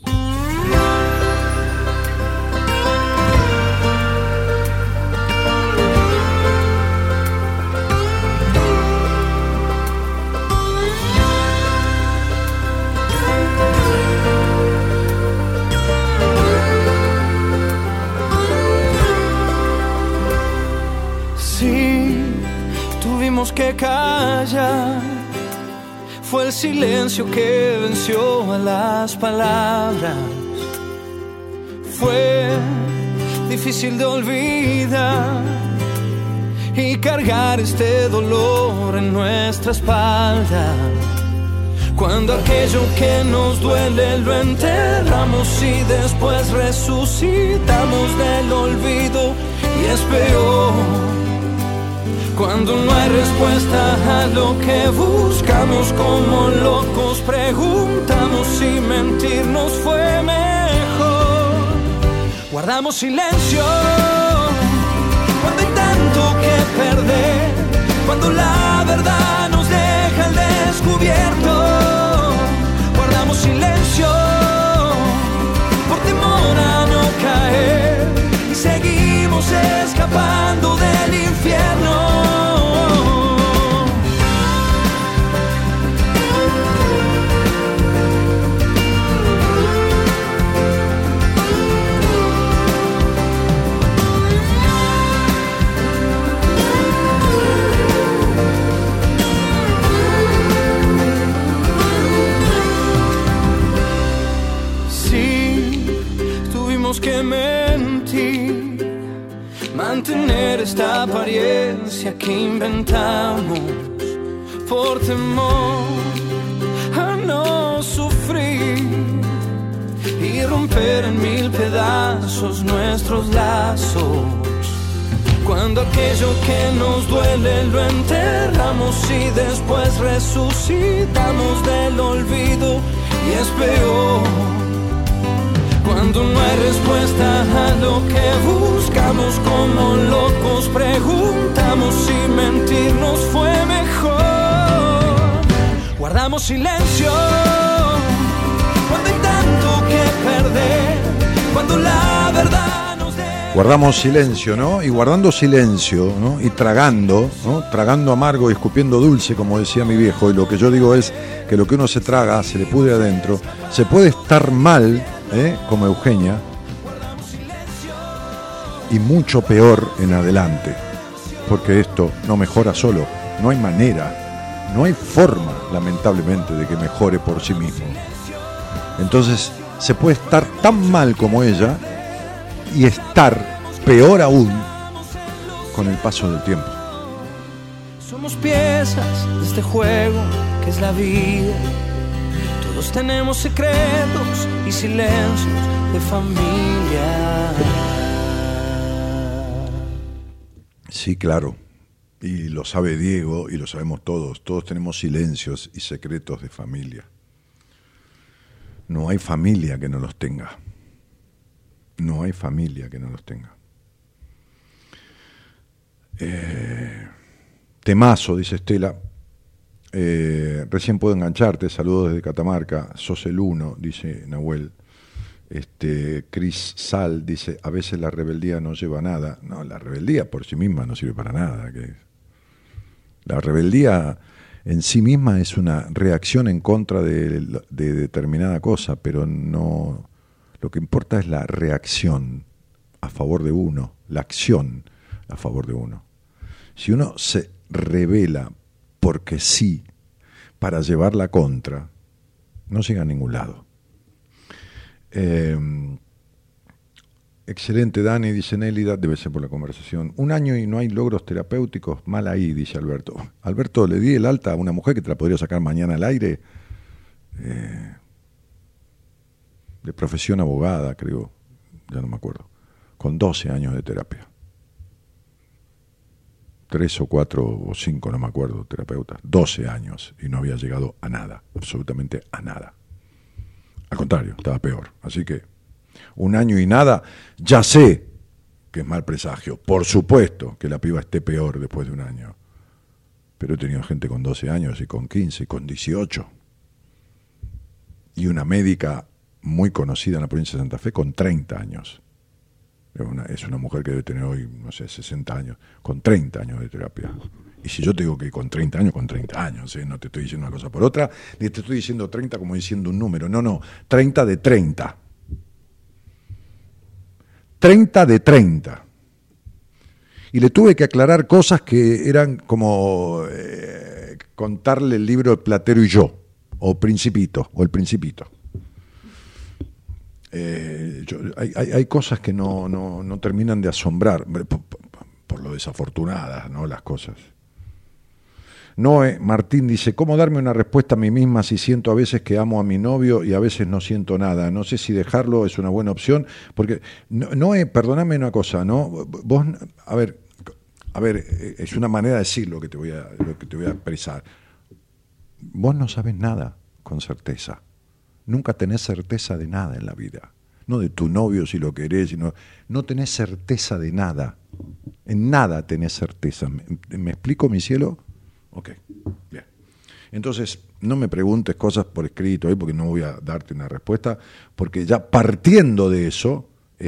Tuvimos que callar, fue el silencio que venció a las palabras. Fue difícil de olvidar y cargar este dolor en nuestra espalda. Cuando aquello que nos duele lo enterramos y después resucitamos del olvido, y es peor cuando no hay respuesta a lo que buscamos. Como locos preguntamos si mentirnos fue mejor. Guardamos silencio cuando hay tanto que perder, cuando la verdad nos deja al descubierto. Guardamos silencio por temor a no caer y seguimos escapando del infierno. Que mentir, mantener esta apariencia que inventamos por temor a no sufrir y romper en mil pedazos nuestros lazos. Cuando aquello que nos duele lo enterramos y después resucitamos del olvido, y es peor cuando no hay respuesta a lo que buscamos. Como locos preguntamos si mentirnos fue mejor. Guardamos silencio cuando hay tanto que perder, cuando la verdad nos deja. Guardamos silencio, ¿no? Y guardando silencio, ¿no? Y tragando, ¿no? Tragando amargo y escupiendo dulce, como decía mi viejo. Y lo que yo digo es que lo que uno se traga, se le pudre adentro. Se puede estar mal, como Eugenia, y mucho peor en adelante, porque esto no mejora solo, no hay manera, no hay forma, lamentablemente, de que mejore por sí mismo. Entonces se puede estar tan mal como ella y estar peor aún con el paso del tiempo. Somos piezas de este juego que es la vida. Todos tenemos secretos y silencios de familia. Sí, claro. Y lo sabe Diego y lo sabemos todos. Todos tenemos silencios y secretos de familia. No hay familia que no los tenga. No hay familia que no los tenga. Temazo, dice Estela. Recién puedo engancharte, saludos desde Catamarca, sos el uno, dice Nahuel. Cris Sal dice, a veces la rebeldía no lleva a nada. No, la rebeldía por sí misma no sirve para nada. La rebeldía en sí misma es una reacción en contra de determinada cosa, pero no, lo que importa es la reacción a favor de uno, la acción a favor de uno. Si uno se rebela porque sí, para llevar la contra, no llega a ningún lado. Excelente, Dani, dice Nélida, debe ser por la conversación. 1 año y no hay logros terapéuticos, mal ahí, dice Alberto. Alberto, le di el alta a una mujer que te la podría sacar mañana al aire, de profesión abogada, creo, ya no me acuerdo, con 12 años de terapia. 3 o 4 o 5, no me acuerdo, terapeutas, 12 años y no había llegado a nada, absolutamente a nada. Al contrario, estaba peor. Así que 1 año y nada, ya sé que es mal presagio. Por supuesto que la piba esté peor después de un año. Pero he tenido gente con 12 años y con 15 y con 18. Y una médica muy conocida en la provincia de Santa Fe con 30 años. Es una mujer que debe tener hoy, no sé, 60 años, con 30 años de terapia. Y si yo te digo que con 30 años, con 30 años, no te estoy diciendo una cosa por otra, ni te estoy diciendo 30 como diciendo un número. No, 30 de 30. 30 de 30. Y le tuve que aclarar cosas que eran como contarle el libro de Platero y yo, o Principito, o El Principito. Hay cosas que no terminan de asombrar, por lo desafortunadas, ¿no? Las cosas. Noé Martín dice, ¿cómo darme una respuesta a mí misma si siento a veces que amo a mi novio y a veces no siento nada? No sé si dejarlo es una buena opción, porque, Noé, perdóname una cosa, ¿no? Vos, a ver, es una manera de decir lo que te voy a expresar. Vos no sabes nada con certeza. Nunca tenés certeza de nada en la vida. No de tu novio si lo querés, sino no tenés certeza de nada. En nada tenés certeza. ¿Me explico, mi cielo? Ok, bien. Entonces, no me preguntes cosas por escrito ahí porque no voy a darte una respuesta, porque ya partiendo de eso,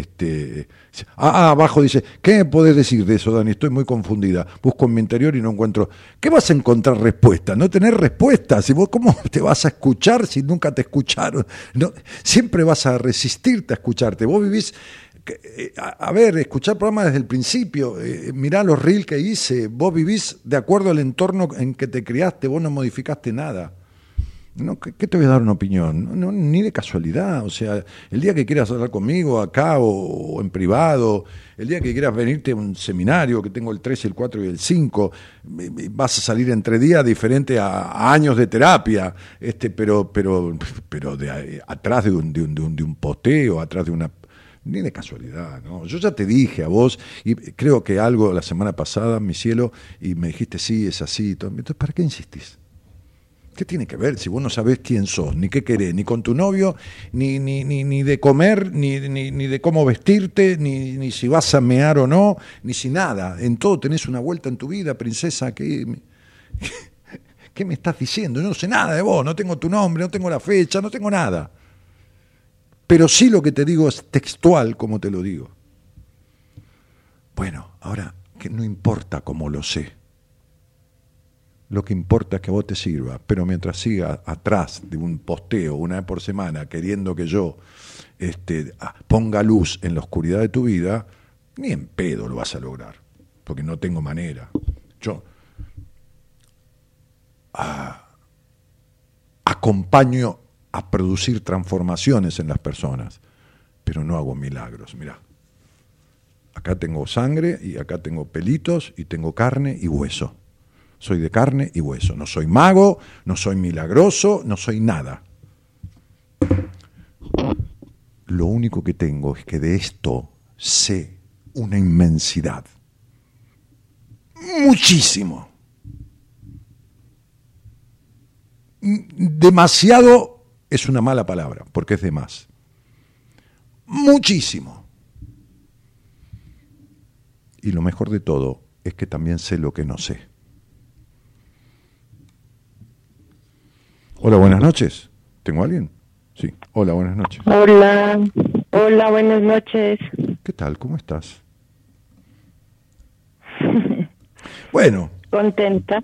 abajo dice, ¿qué me podés decir de eso, Dani? Estoy muy confundida. Busco en mi interior y no encuentro. ¿Qué vas a encontrar respuesta? No tener respuesta. Si vos, ¿cómo te vas a escuchar si nunca te escucharon? No, siempre vas a resistirte a escucharte. Vos vivís. A ver, escuchar programas desde el principio, mirá los reels que hice, vos vivís de acuerdo al entorno en que te criaste, vos no modificaste nada. No, ¿qué te voy a dar una opinión? No, ni de casualidad. O sea, el día que quieras hablar conmigo acá o en privado, el día que quieras venirte a un seminario, que tengo el 3, el 4 y el 5, vas a salir entre días diferente a años de terapia, pero atrás de un posteo, atrás de una... Ni de casualidad, ¿no? Yo ya te dije a vos, y creo que algo la semana pasada, mi cielo, y me dijiste, sí, es así. Entonces, ¿para qué insistís? ¿Qué tiene que ver si vos no sabés quién sos, ni qué querés, ni con tu novio, ni de comer, ni de cómo vestirte, ni si vas a mear o no, ni si nada? En todo tenés una vuelta en tu vida, princesa. ¿Qué me estás diciendo? Yo no sé nada de vos, no tengo tu nombre, no tengo la fecha, no tengo nada. Pero sí lo que te digo es textual, como te lo digo. Bueno, ahora, que no importa cómo lo sé. Lo que importa es que a vos te sirva. Pero mientras siga atrás de un posteo una vez por semana queriendo que yo ponga luz en la oscuridad de tu vida, ni en pedo lo vas a lograr. Porque no tengo manera. Yo acompaño a producir transformaciones en las personas, pero no hago milagros. Mirá, acá tengo sangre y acá tengo pelitos y tengo carne y hueso. Soy de carne y hueso. No soy mago, no soy milagroso, no soy nada. Lo único que tengo es que de esto sé una inmensidad. Muchísimo. Demasiado es una mala palabra, porque es de más. Muchísimo. Y lo mejor de todo es que también sé lo que no sé. Hola, buenas noches. ¿Tengo a alguien? Sí. Hola, buenas noches. Hola, buenas noches. ¿Qué tal? ¿Cómo estás? Bueno. Contenta.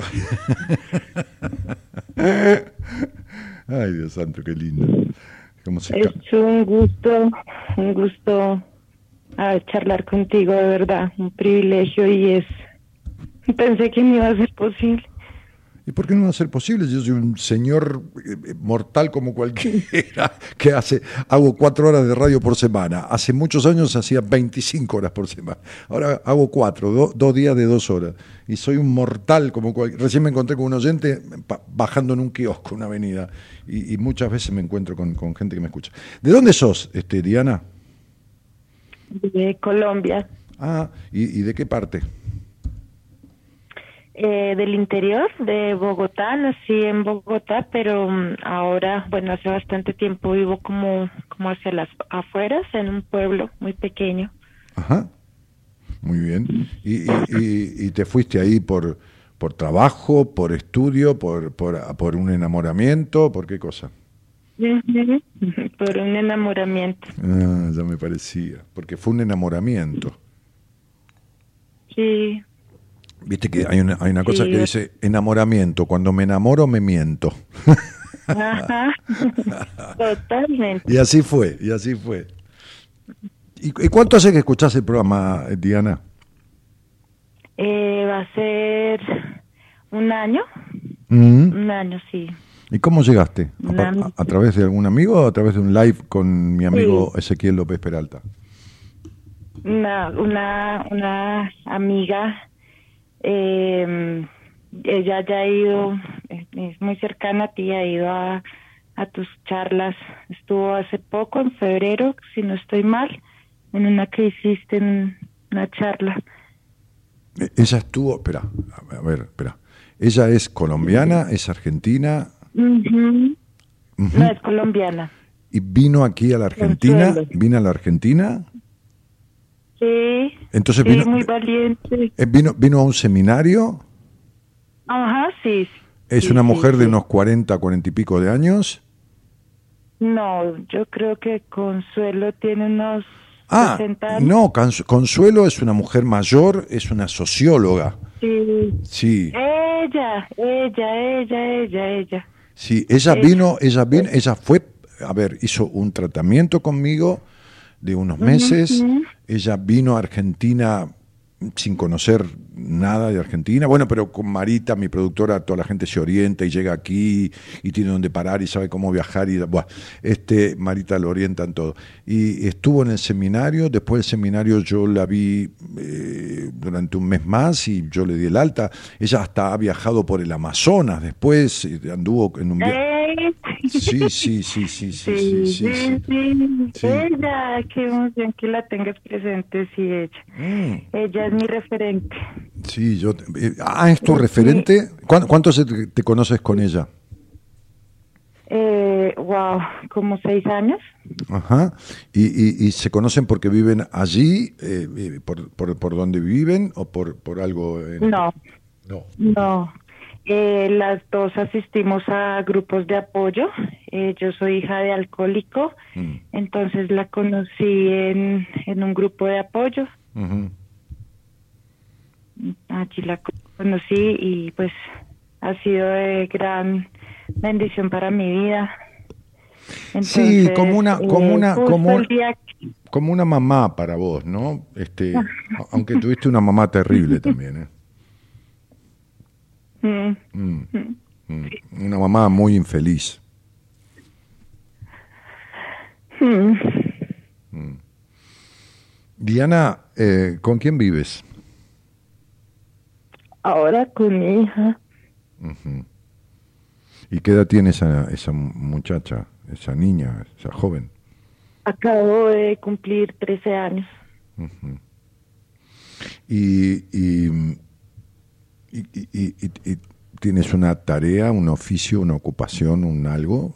Ay, Dios santo, qué lindo. Es un gusto charlar contigo, de verdad, un privilegio, y pensé que no iba a ser posible. ¿Y por qué no va a ser posible? Yo soy un señor mortal como cualquiera, que hago 4 horas de radio por semana. Hace muchos años hacía 25 horas por semana. Ahora hago 4, 2 días de 2 horas. Y soy un mortal como cualquiera. Recién me encontré con un oyente bajando en un kiosco, una avenida. Y muchas veces me encuentro con gente que me escucha. ¿De dónde sos, Diana? De Colombia. Ah, ¿y de qué parte? Del interior de Bogotá. Nací en Bogotá, pero ahora, bueno, hace bastante tiempo vivo como hacia las afueras, en un pueblo muy pequeño. Ajá. muy bien. ¿Y te fuiste ahí por trabajo, por estudio, por un enamoramiento, por qué cosa? Por un enamoramiento. Ah, ya me parecía, porque fue un enamoramiento. Sí. Viste que hay una cosa Sí. que dice enamoramiento, cuando me enamoro me miento. Ajá. Totalmente. Y así fue. ¿Y cuánto hace que escuchás el programa, Diana? Va a ser un año. Mm. Un año, sí. ¿Y cómo llegaste? Una- ¿A través de algún amigo o a través de un live con mi amigo Ezequiel López Peralta? Una amiga, ella ya ha ido, es muy cercana a ti, ha ido a tus charlas. Estuvo hace poco, en febrero, si no estoy mal, en una que hiciste en una charla. Ella estuvo, espera. ¿Ella es colombiana, es argentina? Ujú. Ujú. No, es colombiana. ¿Y vino aquí a la Argentina? Consuelo. ¿Vino a la Argentina? Sí. Entonces sí, vino, muy valiente. vino a un seminario. Ajá, sí. ¿Es sí, una sí, mujer de sí. unos 40 y pico de años? No, yo creo que Consuelo tiene unos 60 años. No, Consuelo es una mujer mayor, es una socióloga. Sí. Sí, Ella. sí, ella fue, a ver, hizo un tratamiento conmigo de unos meses. Ujú. Ella vino a Argentina sin conocer nada de Argentina. Bueno, pero con Marita, mi productora, toda la gente se orienta y llega aquí y tiene donde parar y sabe cómo viajar. Y buah, Marita lo orienta en todo. Y estuvo en el seminario. Después del seminario yo la vi durante un mes más y yo le di el alta. Ella hasta ha viajado por el Amazonas. Después anduvo en un viaje. Sí. Sí. Ella, qué emoción que la tengas presente, sí, ella. Ella es mi referente. Sí, ¿es tu referente? ¿Cuánto te conoces con ella? Wow, como 6 años. Ajá. ¿Y se conocen porque viven allí, por donde viven o por algo? No. No. Las dos asistimos a grupos de apoyo. Yo soy hija de alcohólico, entonces la conocí en un grupo de apoyo. Uh-huh. Allí la conocí y pues ha sido de gran bendición para mi vida. Entonces, Sí, como justo el día que- como una mamá para vos, ¿no? Aunque tuviste una mamá terrible también, ¿eh? Una mamá muy infeliz. Diana, ¿con quién vives? Ahora con mi hija. Uh-huh. ¿Y qué edad tiene esa muchacha, esa niña, esa joven? Acabo de cumplir 13 años. Uh-huh. ¿Y tienes una tarea, un oficio, una ocupación, un algo?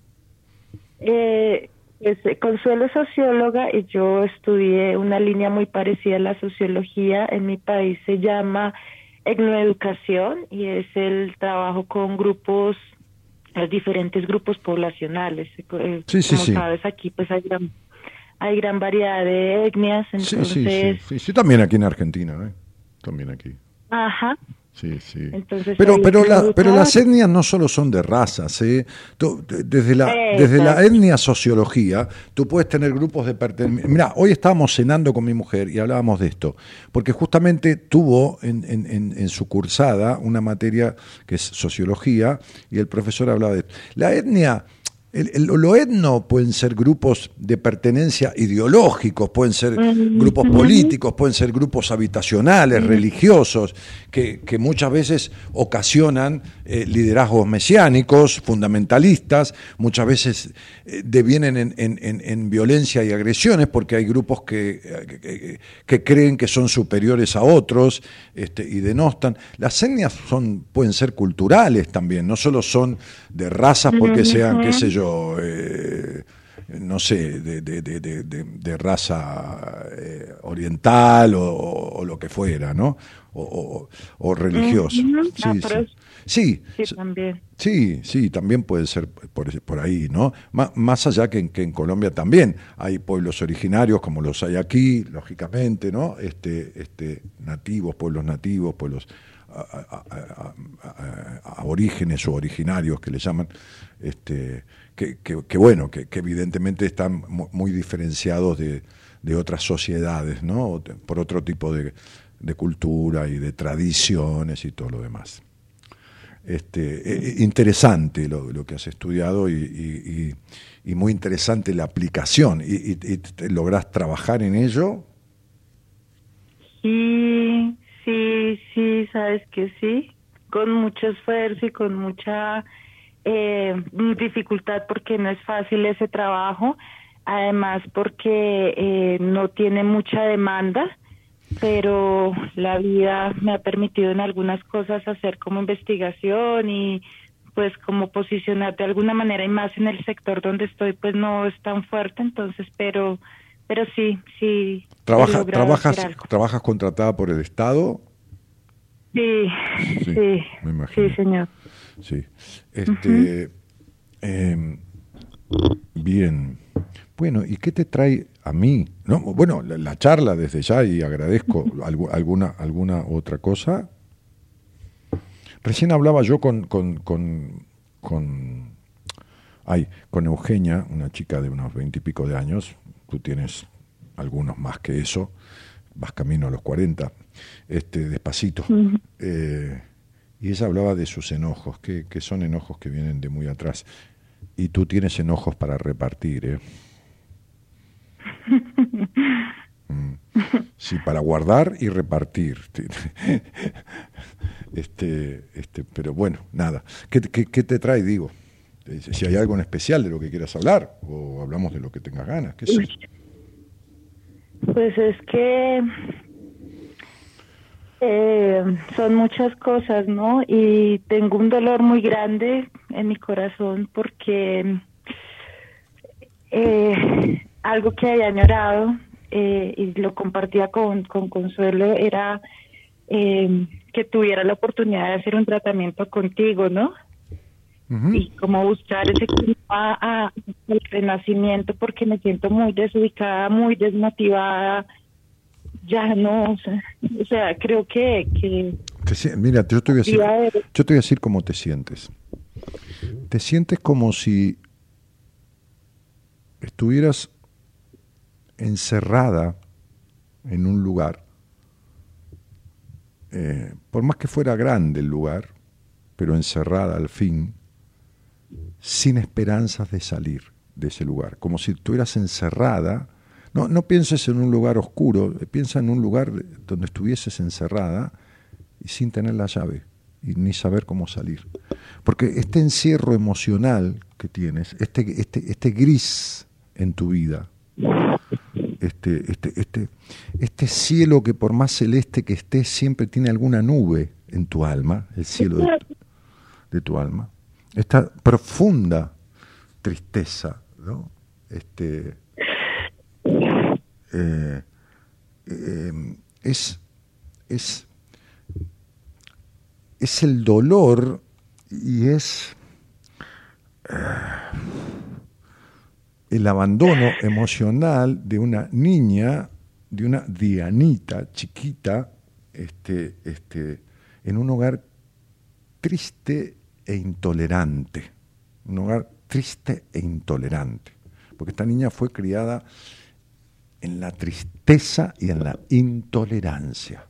Consuelo es socióloga y yo estudié una línea muy parecida a la sociología. En mi país se llama etnoeducación y es el trabajo con grupos, los diferentes grupos poblacionales. Sí. Sabes, aquí pues hay gran variedad de etnias, entonces... Sí, también aquí en Argentina, ¿eh? También aquí. Ajá. Sí. Entonces, Pero las etnias no solo son de razas, ¿eh? Desde la etnia sociología, tú puedes tener grupos de pertenencia. Mira, hoy estábamos cenando con mi mujer y hablábamos de esto, porque justamente tuvo en su cursada una materia que es sociología y el profesor hablaba de esto. La etnia... Lo etno pueden ser grupos de pertenencia ideológicos, pueden ser grupos políticos, pueden ser grupos habitacionales, religiosos, que muchas veces ocasionan liderazgos mesiánicos, fundamentalistas, muchas veces devienen en violencia y agresiones porque hay grupos que creen que son superiores a otros y denostan. Las etnias pueden ser culturales también, no solo son de razas porque sean, qué sé yo, no sé, de raza oriental o o lo que fuera, ¿no? O religioso. Sí, también. Sí, también puede ser por ahí, ¿no? Más allá que en Colombia también hay pueblos originarios como los hay aquí, lógicamente, ¿no? Nativos, pueblos aborígenes o originarios que le llaman, que bueno, que evidentemente están muy diferenciados de otras sociedades, ¿no? Por otro tipo de cultura y de tradiciones y todo lo demás. Interesante lo que has estudiado y muy interesante la aplicación. ¿Y lográs trabajar en ello? Sí, sabes que sí, con mucho esfuerzo y con mucha dificultad, porque no es fácil ese trabajo, además porque no tiene mucha demanda, pero la vida me ha permitido en algunas cosas hacer como investigación y pues como posicionar de alguna manera, y más en el sector donde estoy pues no es tan fuerte, entonces pero sí. ¿Trabajas contratada por el Estado? Sí, me imagino. Sí, señor. Sí. Bien. Bueno, ¿y qué te trae a mí? ¿No? Bueno, la charla desde ya, y agradezco alguna otra cosa. Recién hablaba yo con Eugenia, una chica de unos 20 y pico de años. Tú tienes algunos más que eso, vas camino a los 40, despacito. Uh-huh. Y ella hablaba de sus enojos, que son enojos que vienen de muy atrás. Y tú tienes enojos para repartir, ¿eh? Sí, para guardar y repartir. Pero bueno, nada. ¿Qué te trae, digo? Si hay algo en especial de lo que quieras hablar, o hablamos de lo que tengas ganas, ¿qué sé? Pues es que son muchas cosas, ¿no? Y tengo un dolor muy grande en mi corazón porque algo que había añorado y lo compartía con Consuelo era que tuviera la oportunidad de hacer un tratamiento contigo, ¿no? Uh-huh. Y como buscar ese clima al renacimiento, porque me siento muy desubicada, muy desmotivada, ya no, o sea creo que mira, yo te voy a decir cómo te sientes. Te sientes como si estuvieras encerrada en un lugar, por más que fuera grande el lugar, pero encerrada al fin, sin esperanzas de salir de ese lugar, como si estuvieras encerrada. No pienses en un lugar oscuro, piensa en un lugar donde estuvieses encerrada y sin tener la llave y ni saber cómo salir. Porque este encierro emocional que tienes, este gris en tu vida, este cielo que por más celeste que esté siempre tiene alguna nube en tu alma, el cielo de tu alma, esta profunda tristeza, ¿no? Es el dolor y es el abandono emocional de una niña, de una Dianita chiquita, en un hogar triste e intolerante, un hogar triste e intolerante, porque esta niña fue criada en la tristeza y en la intolerancia.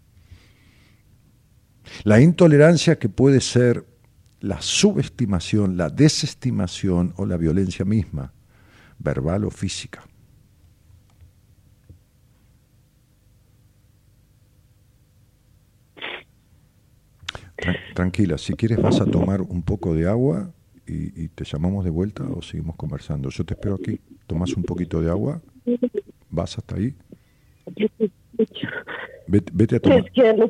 La intolerancia que puede ser la subestimación, la desestimación o la violencia misma, verbal o física. Tranquila, si quieres vas a tomar un poco de agua y te llamamos de vuelta o seguimos conversando. Yo te espero aquí, tomas un poquito de agua, vas hasta ahí. Vete a tomar.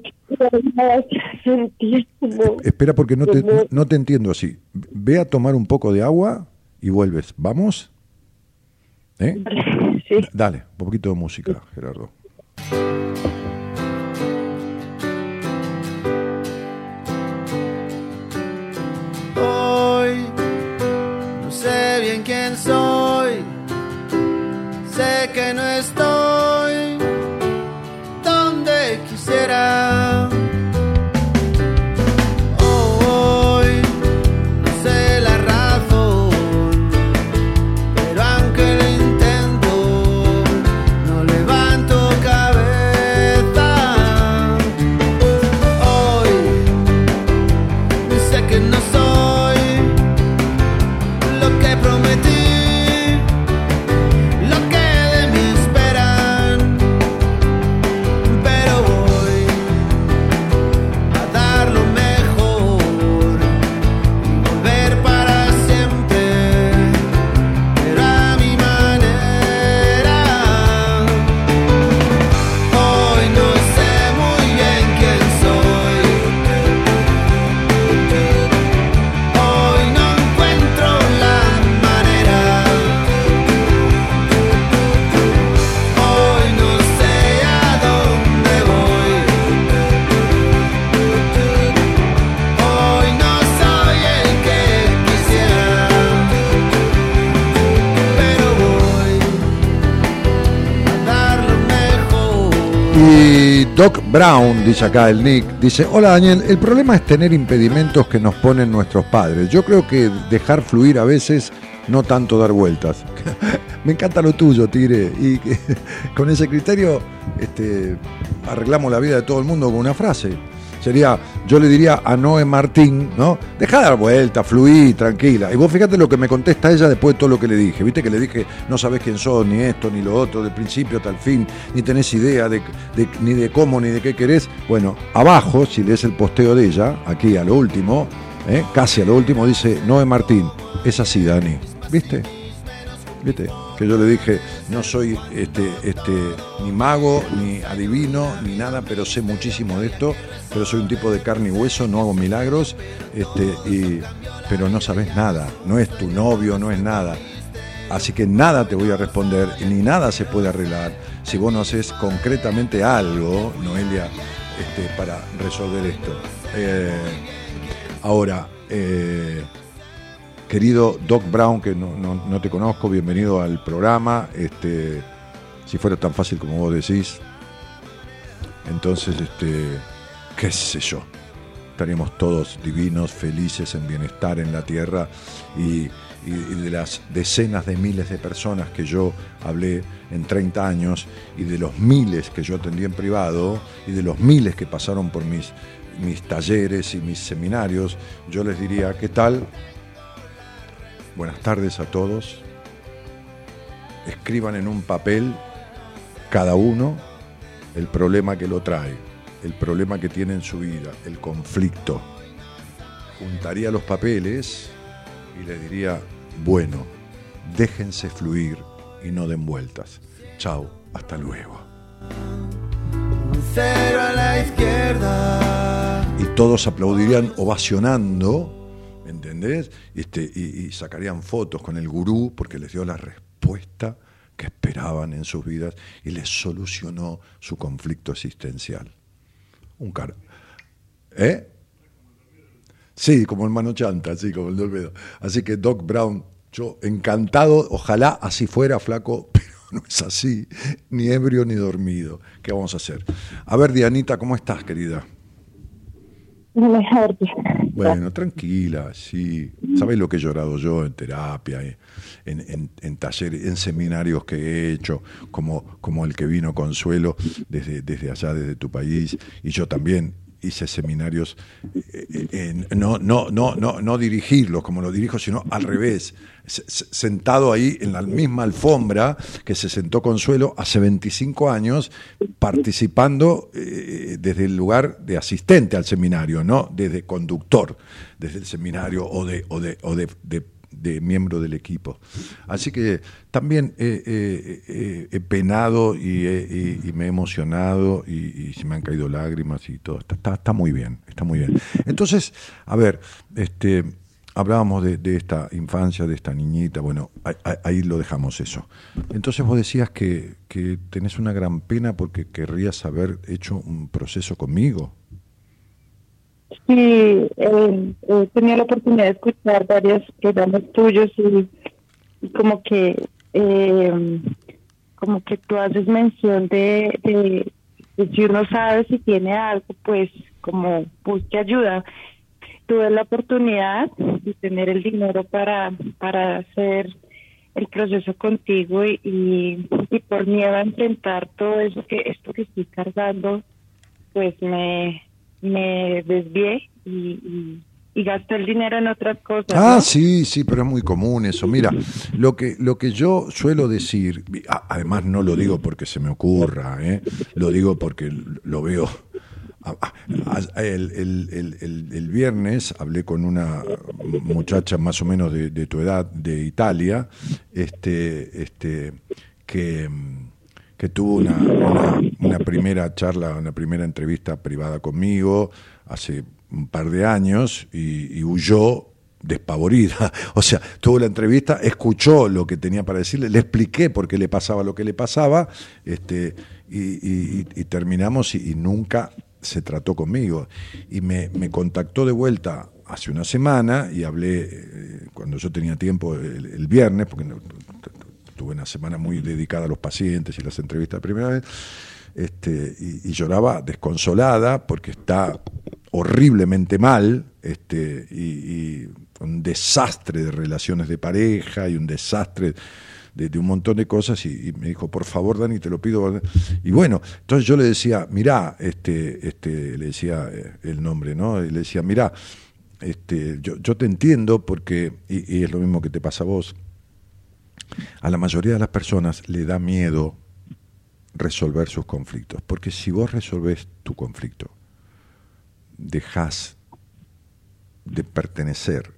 Espera, porque no te entiendo así. Ve a tomar un poco de agua y vuelves. ¿Vamos? Sí. Dale, un poquito de música, Gerardo. que quisiera. Y Doc Brown, dice acá el Nick, dice: hola Daniel, el problema es tener impedimentos que nos ponen nuestros padres. Yo creo que dejar fluir a veces, no tanto dar vueltas. Me encanta lo tuyo, Tigre, y con ese criterio arreglamos la vida de todo el mundo con una frase. Sería, yo le diría a Noé Martín, ¿no? Deja de dar vuelta, fluí, tranquila. Y vos fíjate lo que me contesta ella después de todo lo que le dije. Viste que le dije, no sabés quién sos, ni esto, ni lo otro, del principio hasta el fin, ni tenés idea ni de cómo, ni de qué querés. Bueno, abajo, si lees el posteo de ella, aquí a lo último, casi a lo último, dice Noé Martín, es así, Dani. ¿Viste? Que yo le dije, no soy ni mago, ni adivino, ni nada, pero sé muchísimo de esto, pero soy un tipo de carne y hueso, no hago milagros, pero no sabes nada, no es tu novio, no es nada. Así que nada te voy a responder, ni nada se puede arreglar si vos no haces concretamente algo, Noelia, para resolver esto. Ahora, querido Doc Brown, que no te conozco, bienvenido al programa. Si fuera tan fácil como vos decís, entonces, qué sé yo, estaríamos todos divinos, felices, en bienestar en la tierra, y de las decenas de miles de personas que yo hablé en 30 años, y de los miles que yo atendí en privado, y de los miles que pasaron por mis talleres y mis seminarios, yo les diría, ¿qué tal? Buenas tardes a todos. Escriban en un papel, cada uno, el problema que lo trae, el problema que tiene en su vida, el conflicto. Juntaría los papeles y les diría, bueno, déjense fluir y no den vueltas. Chao, hasta luego. Cero a la izquierda. Y todos aplaudirían ovacionando, ¿entendés? Y sacarían fotos con el gurú porque les dio la respuesta que esperaban en sus vidas y les solucionó su conflicto existencial. Sí, como el Mano Chanta, sí, como el de Olmedo. Así que Doc Brown, yo encantado, ojalá así fuera, flaco, pero no es así, ni ebrio ni dormido. ¿Qué vamos a hacer? A ver, Dianita, ¿cómo estás, querida? Mejor. Bueno, tranquila, sí. ¿Sabés lo que he llorado yo en terapia, en talleres, en seminarios que he hecho, como el que vino Consuelo desde allá, desde tu país, y yo también hice seminarios, no dirigirlos como lo dirijo, sino al revés, sentado ahí en la misma alfombra que se sentó Consuelo hace 25 años, participando desde el lugar de asistente al seminario, no desde conductor, desde el seminario o de miembro del equipo. Así que también he penado y me he emocionado y se me han caído lágrimas y todo. Está muy bien, está muy bien. Entonces, a ver, hablábamos de esta infancia, de esta niñita, bueno, ahí lo dejamos eso. Entonces vos decías que tenés una gran pena porque querrías haber hecho un proceso conmigo. Sí, tenía la oportunidad de escuchar varios programas tuyos y como que tú haces mención de pues, si uno sabe si tiene algo, pues como busque ayuda. Tuve la oportunidad de tener el dinero para hacer el proceso contigo y por miedo a enfrentar todo esto que estoy cargando, pues me desvié y gasté el dinero en otras cosas. ¿No? Sí, pero es muy común eso. Mira, lo que yo suelo decir, además no lo digo porque se me ocurra, lo digo porque lo veo. El viernes hablé con una muchacha más o menos de tu edad, de Italia, que tuvo una primera charla, una primera entrevista privada conmigo hace un par de años y huyó despavorida. O sea, tuvo la entrevista, escuchó lo que tenía para decirle, le expliqué por qué le pasaba lo que le pasaba, y terminamos y nunca se trató conmigo. Y me contactó de vuelta hace una semana y hablé cuando yo tenía tiempo el viernes, porque tuve una semana muy dedicada a los pacientes y las entrevistas de primera vez, y lloraba desconsolada porque está horriblemente mal, y un desastre de relaciones de pareja y un desastre de un montón de cosas, y me dijo, por favor, Dani, te lo pido. Y bueno, entonces yo le decía, mirá, le decía el nombre, ¿no? Y le decía, mirá, yo te entiendo porque, y es lo mismo que te pasa a vos, a la mayoría de las personas le da miedo resolver sus conflictos, porque si vos resolvés tu conflicto, dejás de pertenecer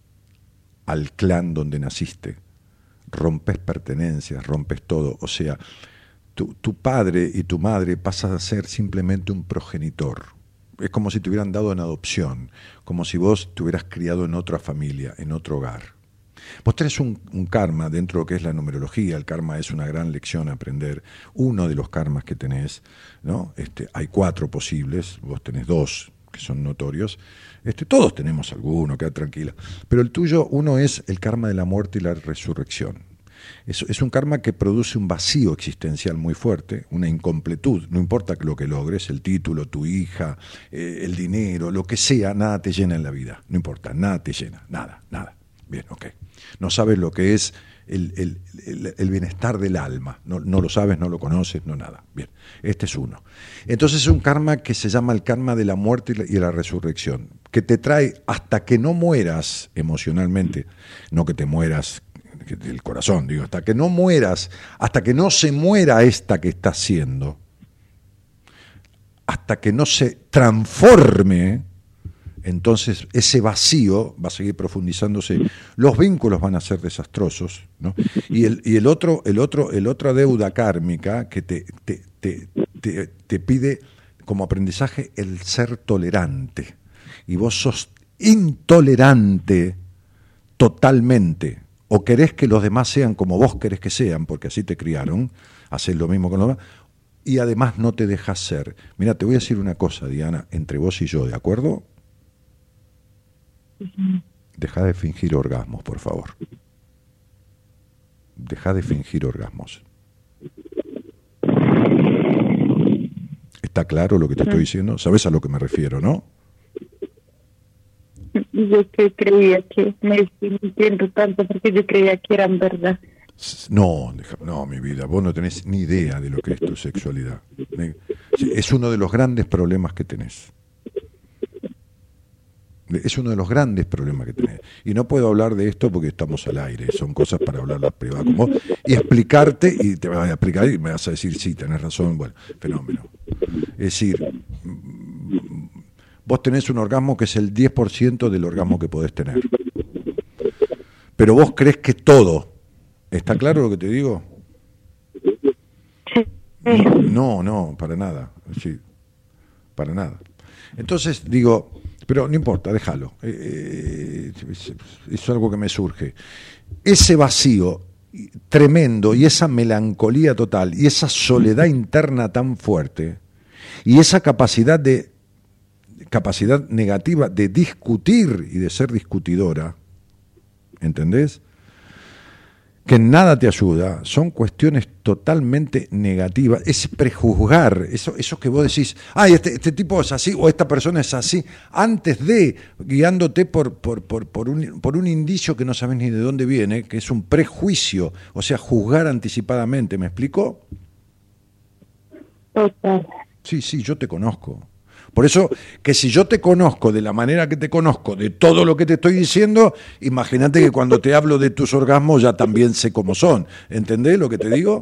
al clan donde naciste, rompes pertenencias, rompes todo. O sea, tu padre y tu madre pasan a ser simplemente un progenitor. Es como si te hubieran dado en adopción, como si vos te hubieras criado en otra familia, en otro hogar. Vos tenés un karma dentro de lo que es la numerología. El karma es una gran lección a aprender. Uno de los karmas que tenés, ¿no? Hay 4 posibles, vos tenés 2 que son notorios. Todos tenemos alguno, queda tranquila. Pero el tuyo, uno es el karma de la muerte y la resurrección. Es un karma que produce un vacío existencial muy fuerte, una incompletud. No importa lo que logres, el título, tu hija, el dinero, lo que sea, nada te llena en la vida. No importa, nada te llena, nada. Bien, ok. No sabes lo que es el bienestar del alma. No lo sabes, no lo conoces, no nada. Bien, este es uno. Entonces es un karma que se llama el karma de la muerte y la resurrección, que te trae hasta que no mueras emocionalmente, no que te mueras del corazón, digo, hasta que no mueras, hasta que no se muera esta que estás siendo, hasta que no se transforme. Entonces ese vacío va a seguir profundizándose, los vínculos van a ser desastrosos, ¿no? Y el otra deuda kármica que te pide como aprendizaje el ser tolerante, y vos sos intolerante totalmente, o querés que los demás sean como vos querés que sean, porque así te criaron, haces lo mismo con los demás, y además no te dejas ser. Mira, te voy a decir una cosa, Diana, entre vos y yo, ¿de acuerdo? Deja de fingir orgasmos, por favor. Deja de fingir orgasmos. ¿Está claro lo que te estoy diciendo? ¿Sabes a lo que me refiero, no? Yo que creía que me estoy mintiendo tanto porque yo creía que eran verdad. No, mi vida, vos no tenés ni idea de lo que es tu sexualidad. Es uno de los grandes problemas que tenés. Es uno de los grandes problemas que tenés. Y no puedo hablar de esto porque estamos al aire. Son cosas para hablarlas privadas con vos y explicarte, y te voy a explicar y me vas a decir, sí, tenés razón, bueno, fenómeno. Es decir, vos tenés un orgasmo que es el 10% del orgasmo que podés tener. Pero vos crees que todo. ¿Está claro lo que te digo? No, para nada. Sí, para nada. Entonces digo, pero no importa, déjalo. Es algo que me surge. Ese vacío tremendo y esa melancolía total y esa soledad interna tan fuerte y esa capacidad negativa de discutir y de ser discutidora, ¿entendés? que en nada te ayuda, son cuestiones totalmente negativas. Es prejuzgar, eso que vos decís, ay, este tipo es así o esta persona es así, antes de, guiándote por un indicio que no sabes ni de dónde viene, que es un prejuicio, o sea, juzgar anticipadamente, ¿me explico? Total. Sí, yo te conozco. Por eso, que si yo te conozco de la manera que te conozco, de todo lo que te estoy diciendo, imagínate que cuando te hablo de tus orgasmos ya también sé cómo son. ¿Entendés lo que te digo?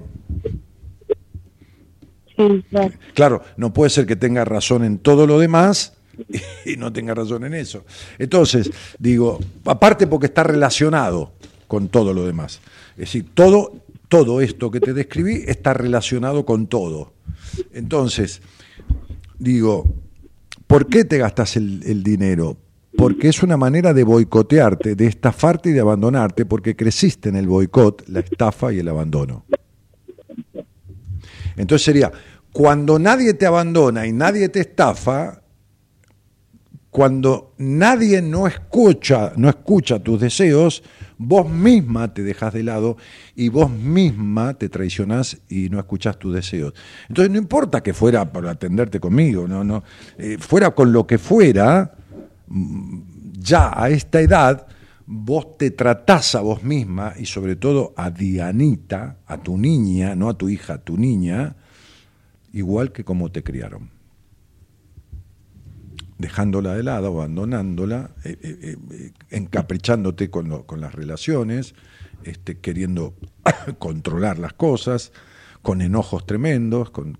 Sí, claro. Claro, no puede ser que tenga razón en todo lo demás y no tenga razón en eso. Entonces, digo, aparte porque está relacionado con todo lo demás. Es decir, todo esto que te describí está relacionado con todo. Entonces, digo, ¿por qué te gastas el dinero? Porque es una manera de boicotearte, de estafarte y de abandonarte, porque creciste en el boicot, la estafa y el abandono. Entonces sería, cuando nadie te abandona y nadie te estafa, cuando nadie no escucha tus deseos, vos misma te dejás de lado y vos misma te traicionás y no escuchás tus deseos. Entonces no importa que fuera para atenderte conmigo, fuera con lo que fuera, ya a esta edad vos te tratás a vos misma y sobre todo a Dianita, a tu niña, no a tu hija, a tu niña, igual que como te criaron. Dejándola de lado, abandonándola, encaprichándote con las relaciones, queriendo controlar las cosas, con enojos tremendos, con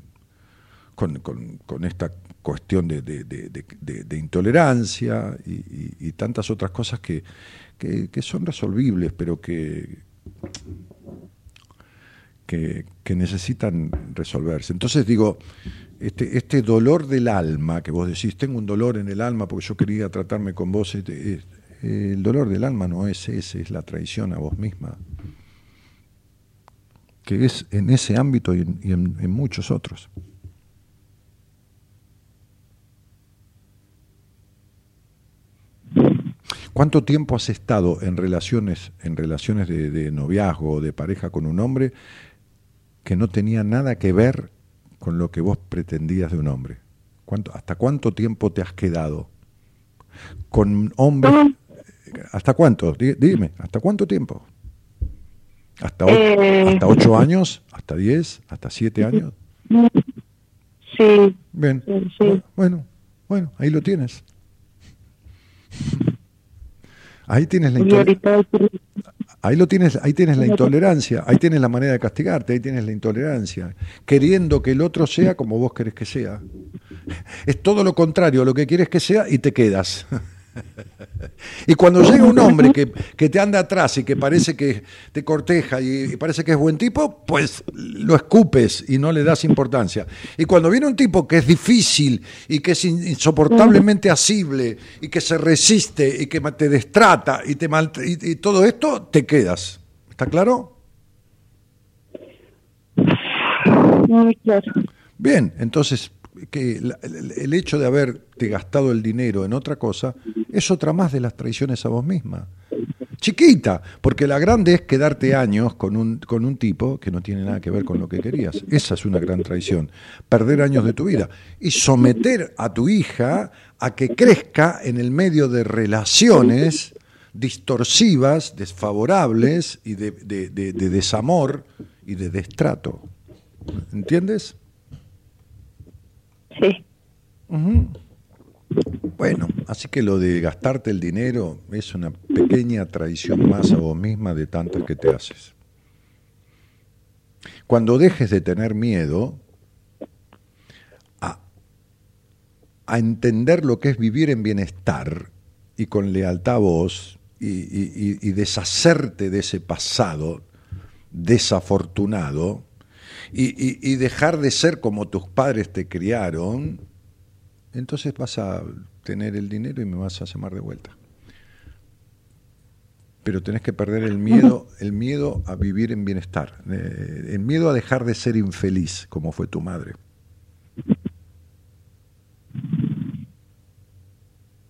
esta cuestión de intolerancia y tantas otras cosas que son resolvibles, pero que necesitan resolverse. Entonces digo, este dolor del alma que vos decís, tengo un dolor en el alma porque yo quería tratarme con vos, el dolor del alma no es ese, es la traición a vos misma, que es en ese ámbito y en muchos otros. ¿Cuánto tiempo has estado en relaciones de noviazgo o de pareja con un hombre que no tenía nada que ver con lo que vos pretendías de un hombre? ¿Hasta cuánto tiempo te has quedado con hombres? ¿Hasta cuánto? Dime, ¿hasta cuánto tiempo? ¿Hasta 8 años? ¿Hasta 10? ¿Hasta 7 años? Sí. Bien. Sí. Bueno, ahí lo tienes. Ahí tienes la ahí tienes la intolerancia, ahí tienes la manera de castigarte, ahí tienes la intolerancia, queriendo que el otro sea como vos querés que sea. Es todo lo contrario a lo que quieres que sea y te quedas. Y cuando llega un hombre que te anda atrás y que parece que te corteja y parece que es buen tipo, pues lo escupes y no le das importancia. Y cuando viene un tipo que es difícil y que es insoportablemente asible y que se resiste y que te destrata y todo esto, te quedas. ¿Está claro? Muy claro. Bien, entonces que el hecho de haberte gastado el dinero en otra cosa es otra más de las traiciones a vos misma. Chiquita, porque la grande es quedarte años con un tipo que no tiene nada que ver con lo que querías. Esa es una gran traición. Perder años de tu vida y someter a tu hija a que crezca en el medio de relaciones distorsivas, desfavorables y de desamor y de destrato. ¿Entiendes? Sí. Uh-huh. Bueno, así que lo de gastarte el dinero es una pequeña traición más a vos misma de tantas que te haces. Cuando dejes de tener miedo a entender lo que es vivir en bienestar y con lealtad a vos y deshacerte de ese pasado desafortunado y dejar de ser como tus padres te criaron, entonces vas a tener el dinero y me vas a llamar de vuelta. Pero tenés que perder el miedo a vivir en bienestar, el miedo a dejar de ser infeliz, como fue tu madre.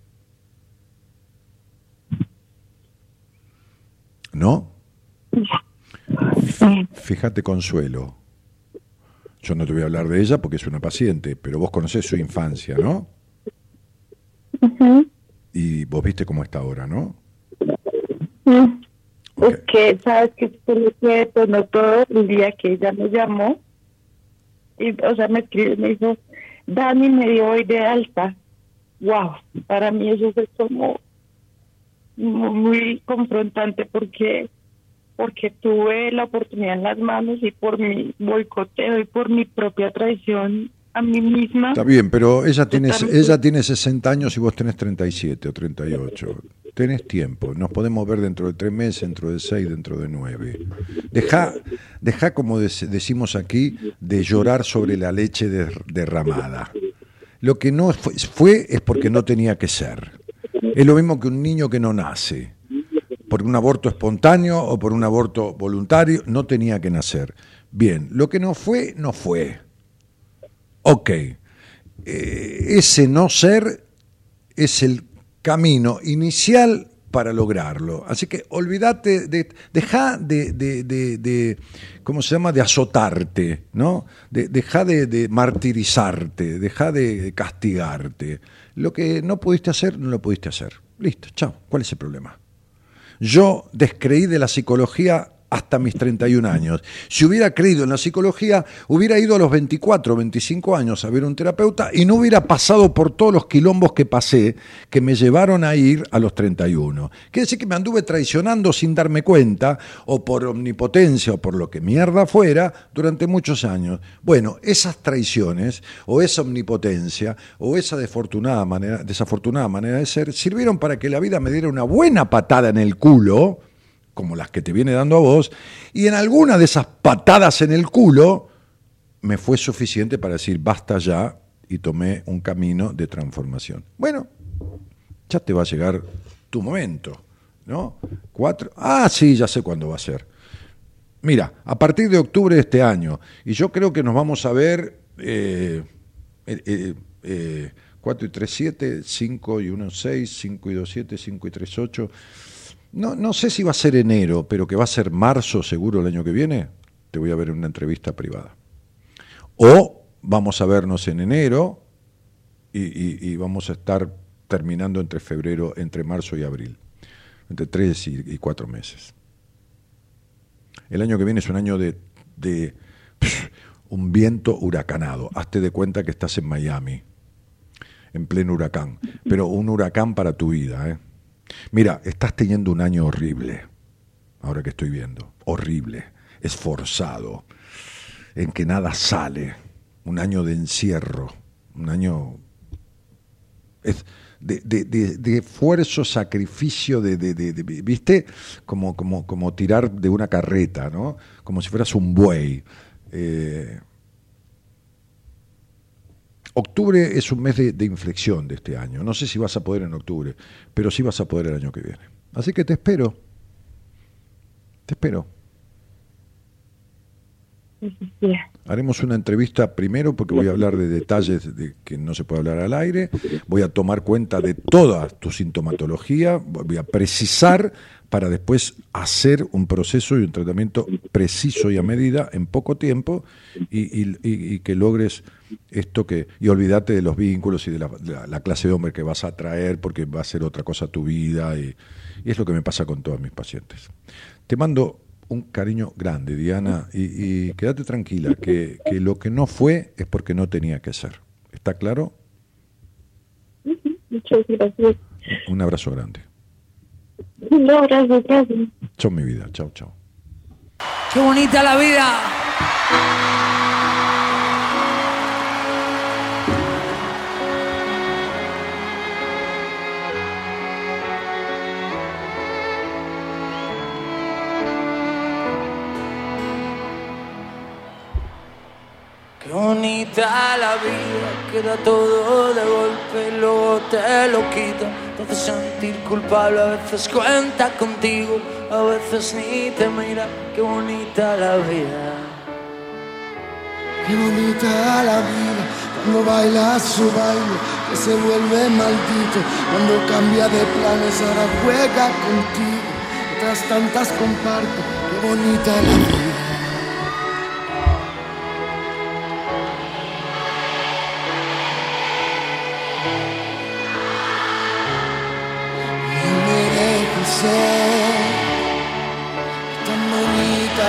¿No? Fíjate, Consuelo. Yo no te voy a hablar de ella porque es una paciente, pero vos conocés su infancia, ¿no? Uh-huh. Y vos viste cómo está ahora, ¿no? Okay. Es que, ¿sabes qué? Se detonó todo el día que ella me llamó. Y, o sea, me escribió, me dijo, Dani, me dio hoy de alta. Wow, para mí eso fue como muy confrontante porque tuve la oportunidad en las manos y por mi boicoteo y por mi propia traición a mí misma. Está bien, pero ella tiene 60 años y vos tenés 37 o 38. Tenés tiempo. Nos podemos ver dentro de 3 meses, dentro de 6, dentro de 9. Dejá como decimos aquí, de llorar sobre la leche derramada. Lo que no fue es porque no tenía que ser. Es lo mismo que un niño que no nace. Por un aborto espontáneo o por un aborto voluntario, no tenía que nacer. Bien, lo que no fue, no fue. Ok, ese no ser es el camino inicial para lograrlo. Así que olvídate, deja de ¿cómo se llama? De azotarte, ¿no? Deja de martirizarte, deja de castigarte. Lo que no pudiste hacer, no lo pudiste hacer. Listo, chao. ¿Cuál es el problema? Yo descreí de la psicología hasta mis 31 años. Si hubiera creído en la psicología, hubiera ido a los 24, 25 años a ver un terapeuta y no hubiera pasado por todos los quilombos que pasé, que me llevaron a ir a los 31. Quiere decir que me anduve traicionando sin darme cuenta, o por omnipotencia, o por lo que mierda fuera, durante muchos años. Bueno, esas traiciones, o esa omnipotencia, o esa desafortunada manera de ser, sirvieron para que la vida me diera una buena patada en el culo, como las que te viene dando a vos, y en alguna de esas patadas en el culo me fue suficiente para decir basta ya, y tomé un camino de transformación. Bueno, ya te va a llegar tu momento, ¿no? 4, sí, ya sé cuándo va a ser. Mira, a partir de octubre de este año, y yo creo que nos vamos a ver 4 y 3, 7, 5 y 1, 6, 5 y 2, 7, 5 y 3, 8... No sé si va a ser enero, pero que va a ser marzo seguro el año que viene, te voy a ver en una entrevista privada. O vamos a vernos en enero y vamos a estar terminando entre marzo y abril, entre 3 y 4 meses. El año que viene es un año de un viento huracanado. Hazte de cuenta que estás en Miami, en pleno huracán, pero un huracán para tu vida, ¿eh? Mira, estás teniendo un año horrible, ahora que estoy viendo, horrible, esforzado, en que nada sale, un año de encierro, un año de esfuerzo, sacrificio, ¿viste? Como tirar de una carreta, ¿no? Como si fueras un buey. Octubre es un mes de inflexión de este año. No sé si vas a poder en octubre, pero sí vas a poder el año que viene. Así que te espero. Te espero. Haremos una entrevista primero porque voy a hablar de detalles de que no se puede hablar al aire. Voy a tomar cuenta de toda tu sintomatología. Voy a precisar para después hacer un proceso y un tratamiento preciso y a medida en poco tiempo y que logres esto y olvídate de los vínculos y de la clase de hombre que vas a traer porque va a ser otra cosa tu vida y es lo que me pasa con todos mis pacientes. Te mando un cariño grande, Diana, y quédate tranquila que lo que no fue es porque no tenía que ser. ¿Está claro? Muchas gracias. Un abrazo grande. Un abrazo, gracias. Chao, mi vida. Chao, chao. ¡Qué bonita la vida! Qué bonita la vida, que da todo de golpe y luego te lo quita. Te hace sentir culpable, a veces cuenta contigo, a veces ni te mira. Qué bonita la vida. Qué bonita la vida, cuando baila su baile, que se vuelve maldito. Cuando cambia de planes, ahora juega contigo. Otras tantas comparto, qué bonita la vida. ser, tan bonita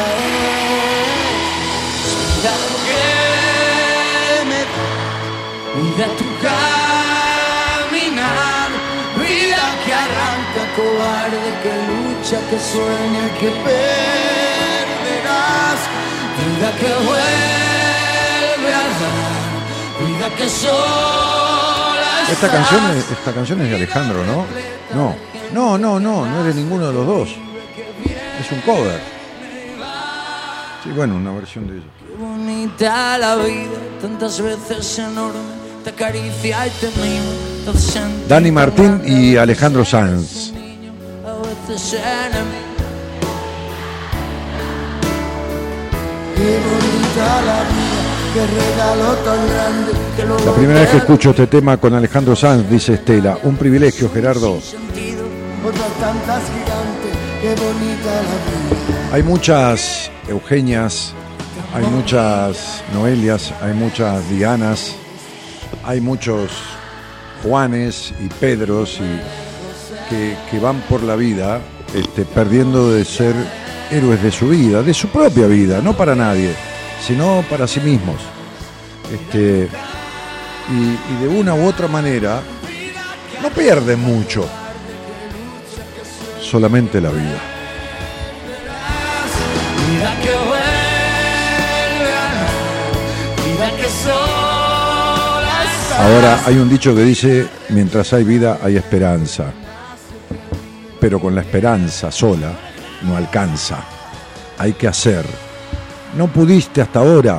es. Vida lo que me da, vida tu caminar, vida que arranca, cobarde, que lucha, que sueña, que perderás, vida que vuelve a dar, vida que sola. Esta canción es de Alejandro, ¿no? No es de ninguno de los dos. Es un cover. Sí, bueno, una versión de ellos. Qué bonita la vida, tantas veces enorme, te acaricia y te mima. Dani Martín y Alejandro Sanz. Qué bonita la vida, qué regalo tan grande, que lo La primera vez que escucho este tema con Alejandro Sanz, dice Estela, un privilegio, Gerardo. Otras tantas gigantes, qué bonita la vida. Hay muchas Eugenias, hay muchas Noelias, hay muchas Dianas, hay muchos Juanes y Pedros que van por la vida perdiendo de ser héroes de su vida, de su propia vida, no para nadie, sino para sí mismos. Y de una u otra manera no pierden mucho, solamente la vida. Vida que vuelve a dar, vida que sola está. Ahora hay un dicho que dice, mientras hay vida hay esperanza, pero con la esperanza sola no alcanza, hay que hacer. No pudiste hasta ahora,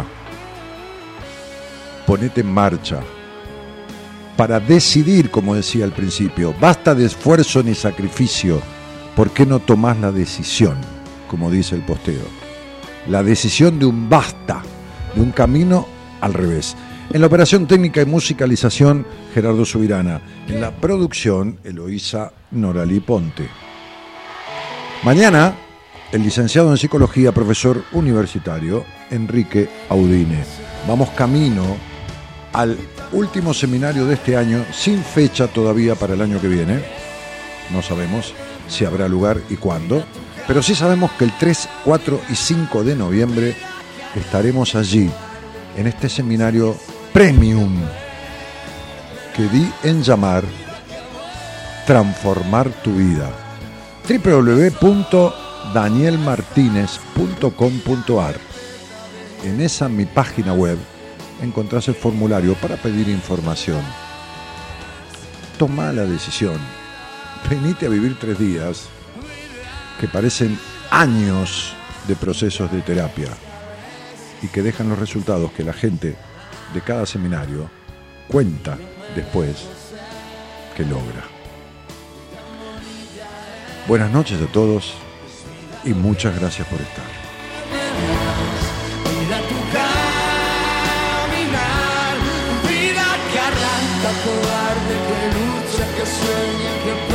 ponete en marcha para decidir, como decía al principio, basta de esfuerzo ni sacrificio, ¿por qué no tomás la decisión, como dice el posteo? La decisión de un basta, de un camino al revés. En la operación técnica y musicalización, Gerardo Subirana. En la producción, Eloísa Noralí Ponte. Mañana, el licenciado en psicología, profesor universitario, Enrique Audine. Vamos camino al último seminario de este año, sin fecha todavía para el año que viene. No sabemos si habrá lugar y cuándo, pero sí sabemos que el 3, 4 y 5 de noviembre estaremos allí, en este seminario premium que di en llamar Transformar tu vida. www.danielmartinez.com.ar. En esa mi página web encontrás el formulario para pedir información. Toma la decisión. Venite a vivir 3 días que parecen años de procesos de terapia y que dejan los resultados que la gente de cada seminario cuenta después que logra. Buenas noches a todos y muchas gracias por estar. Vida tu caminar, vida que arranca, cobarde, que lucha, que sueña, que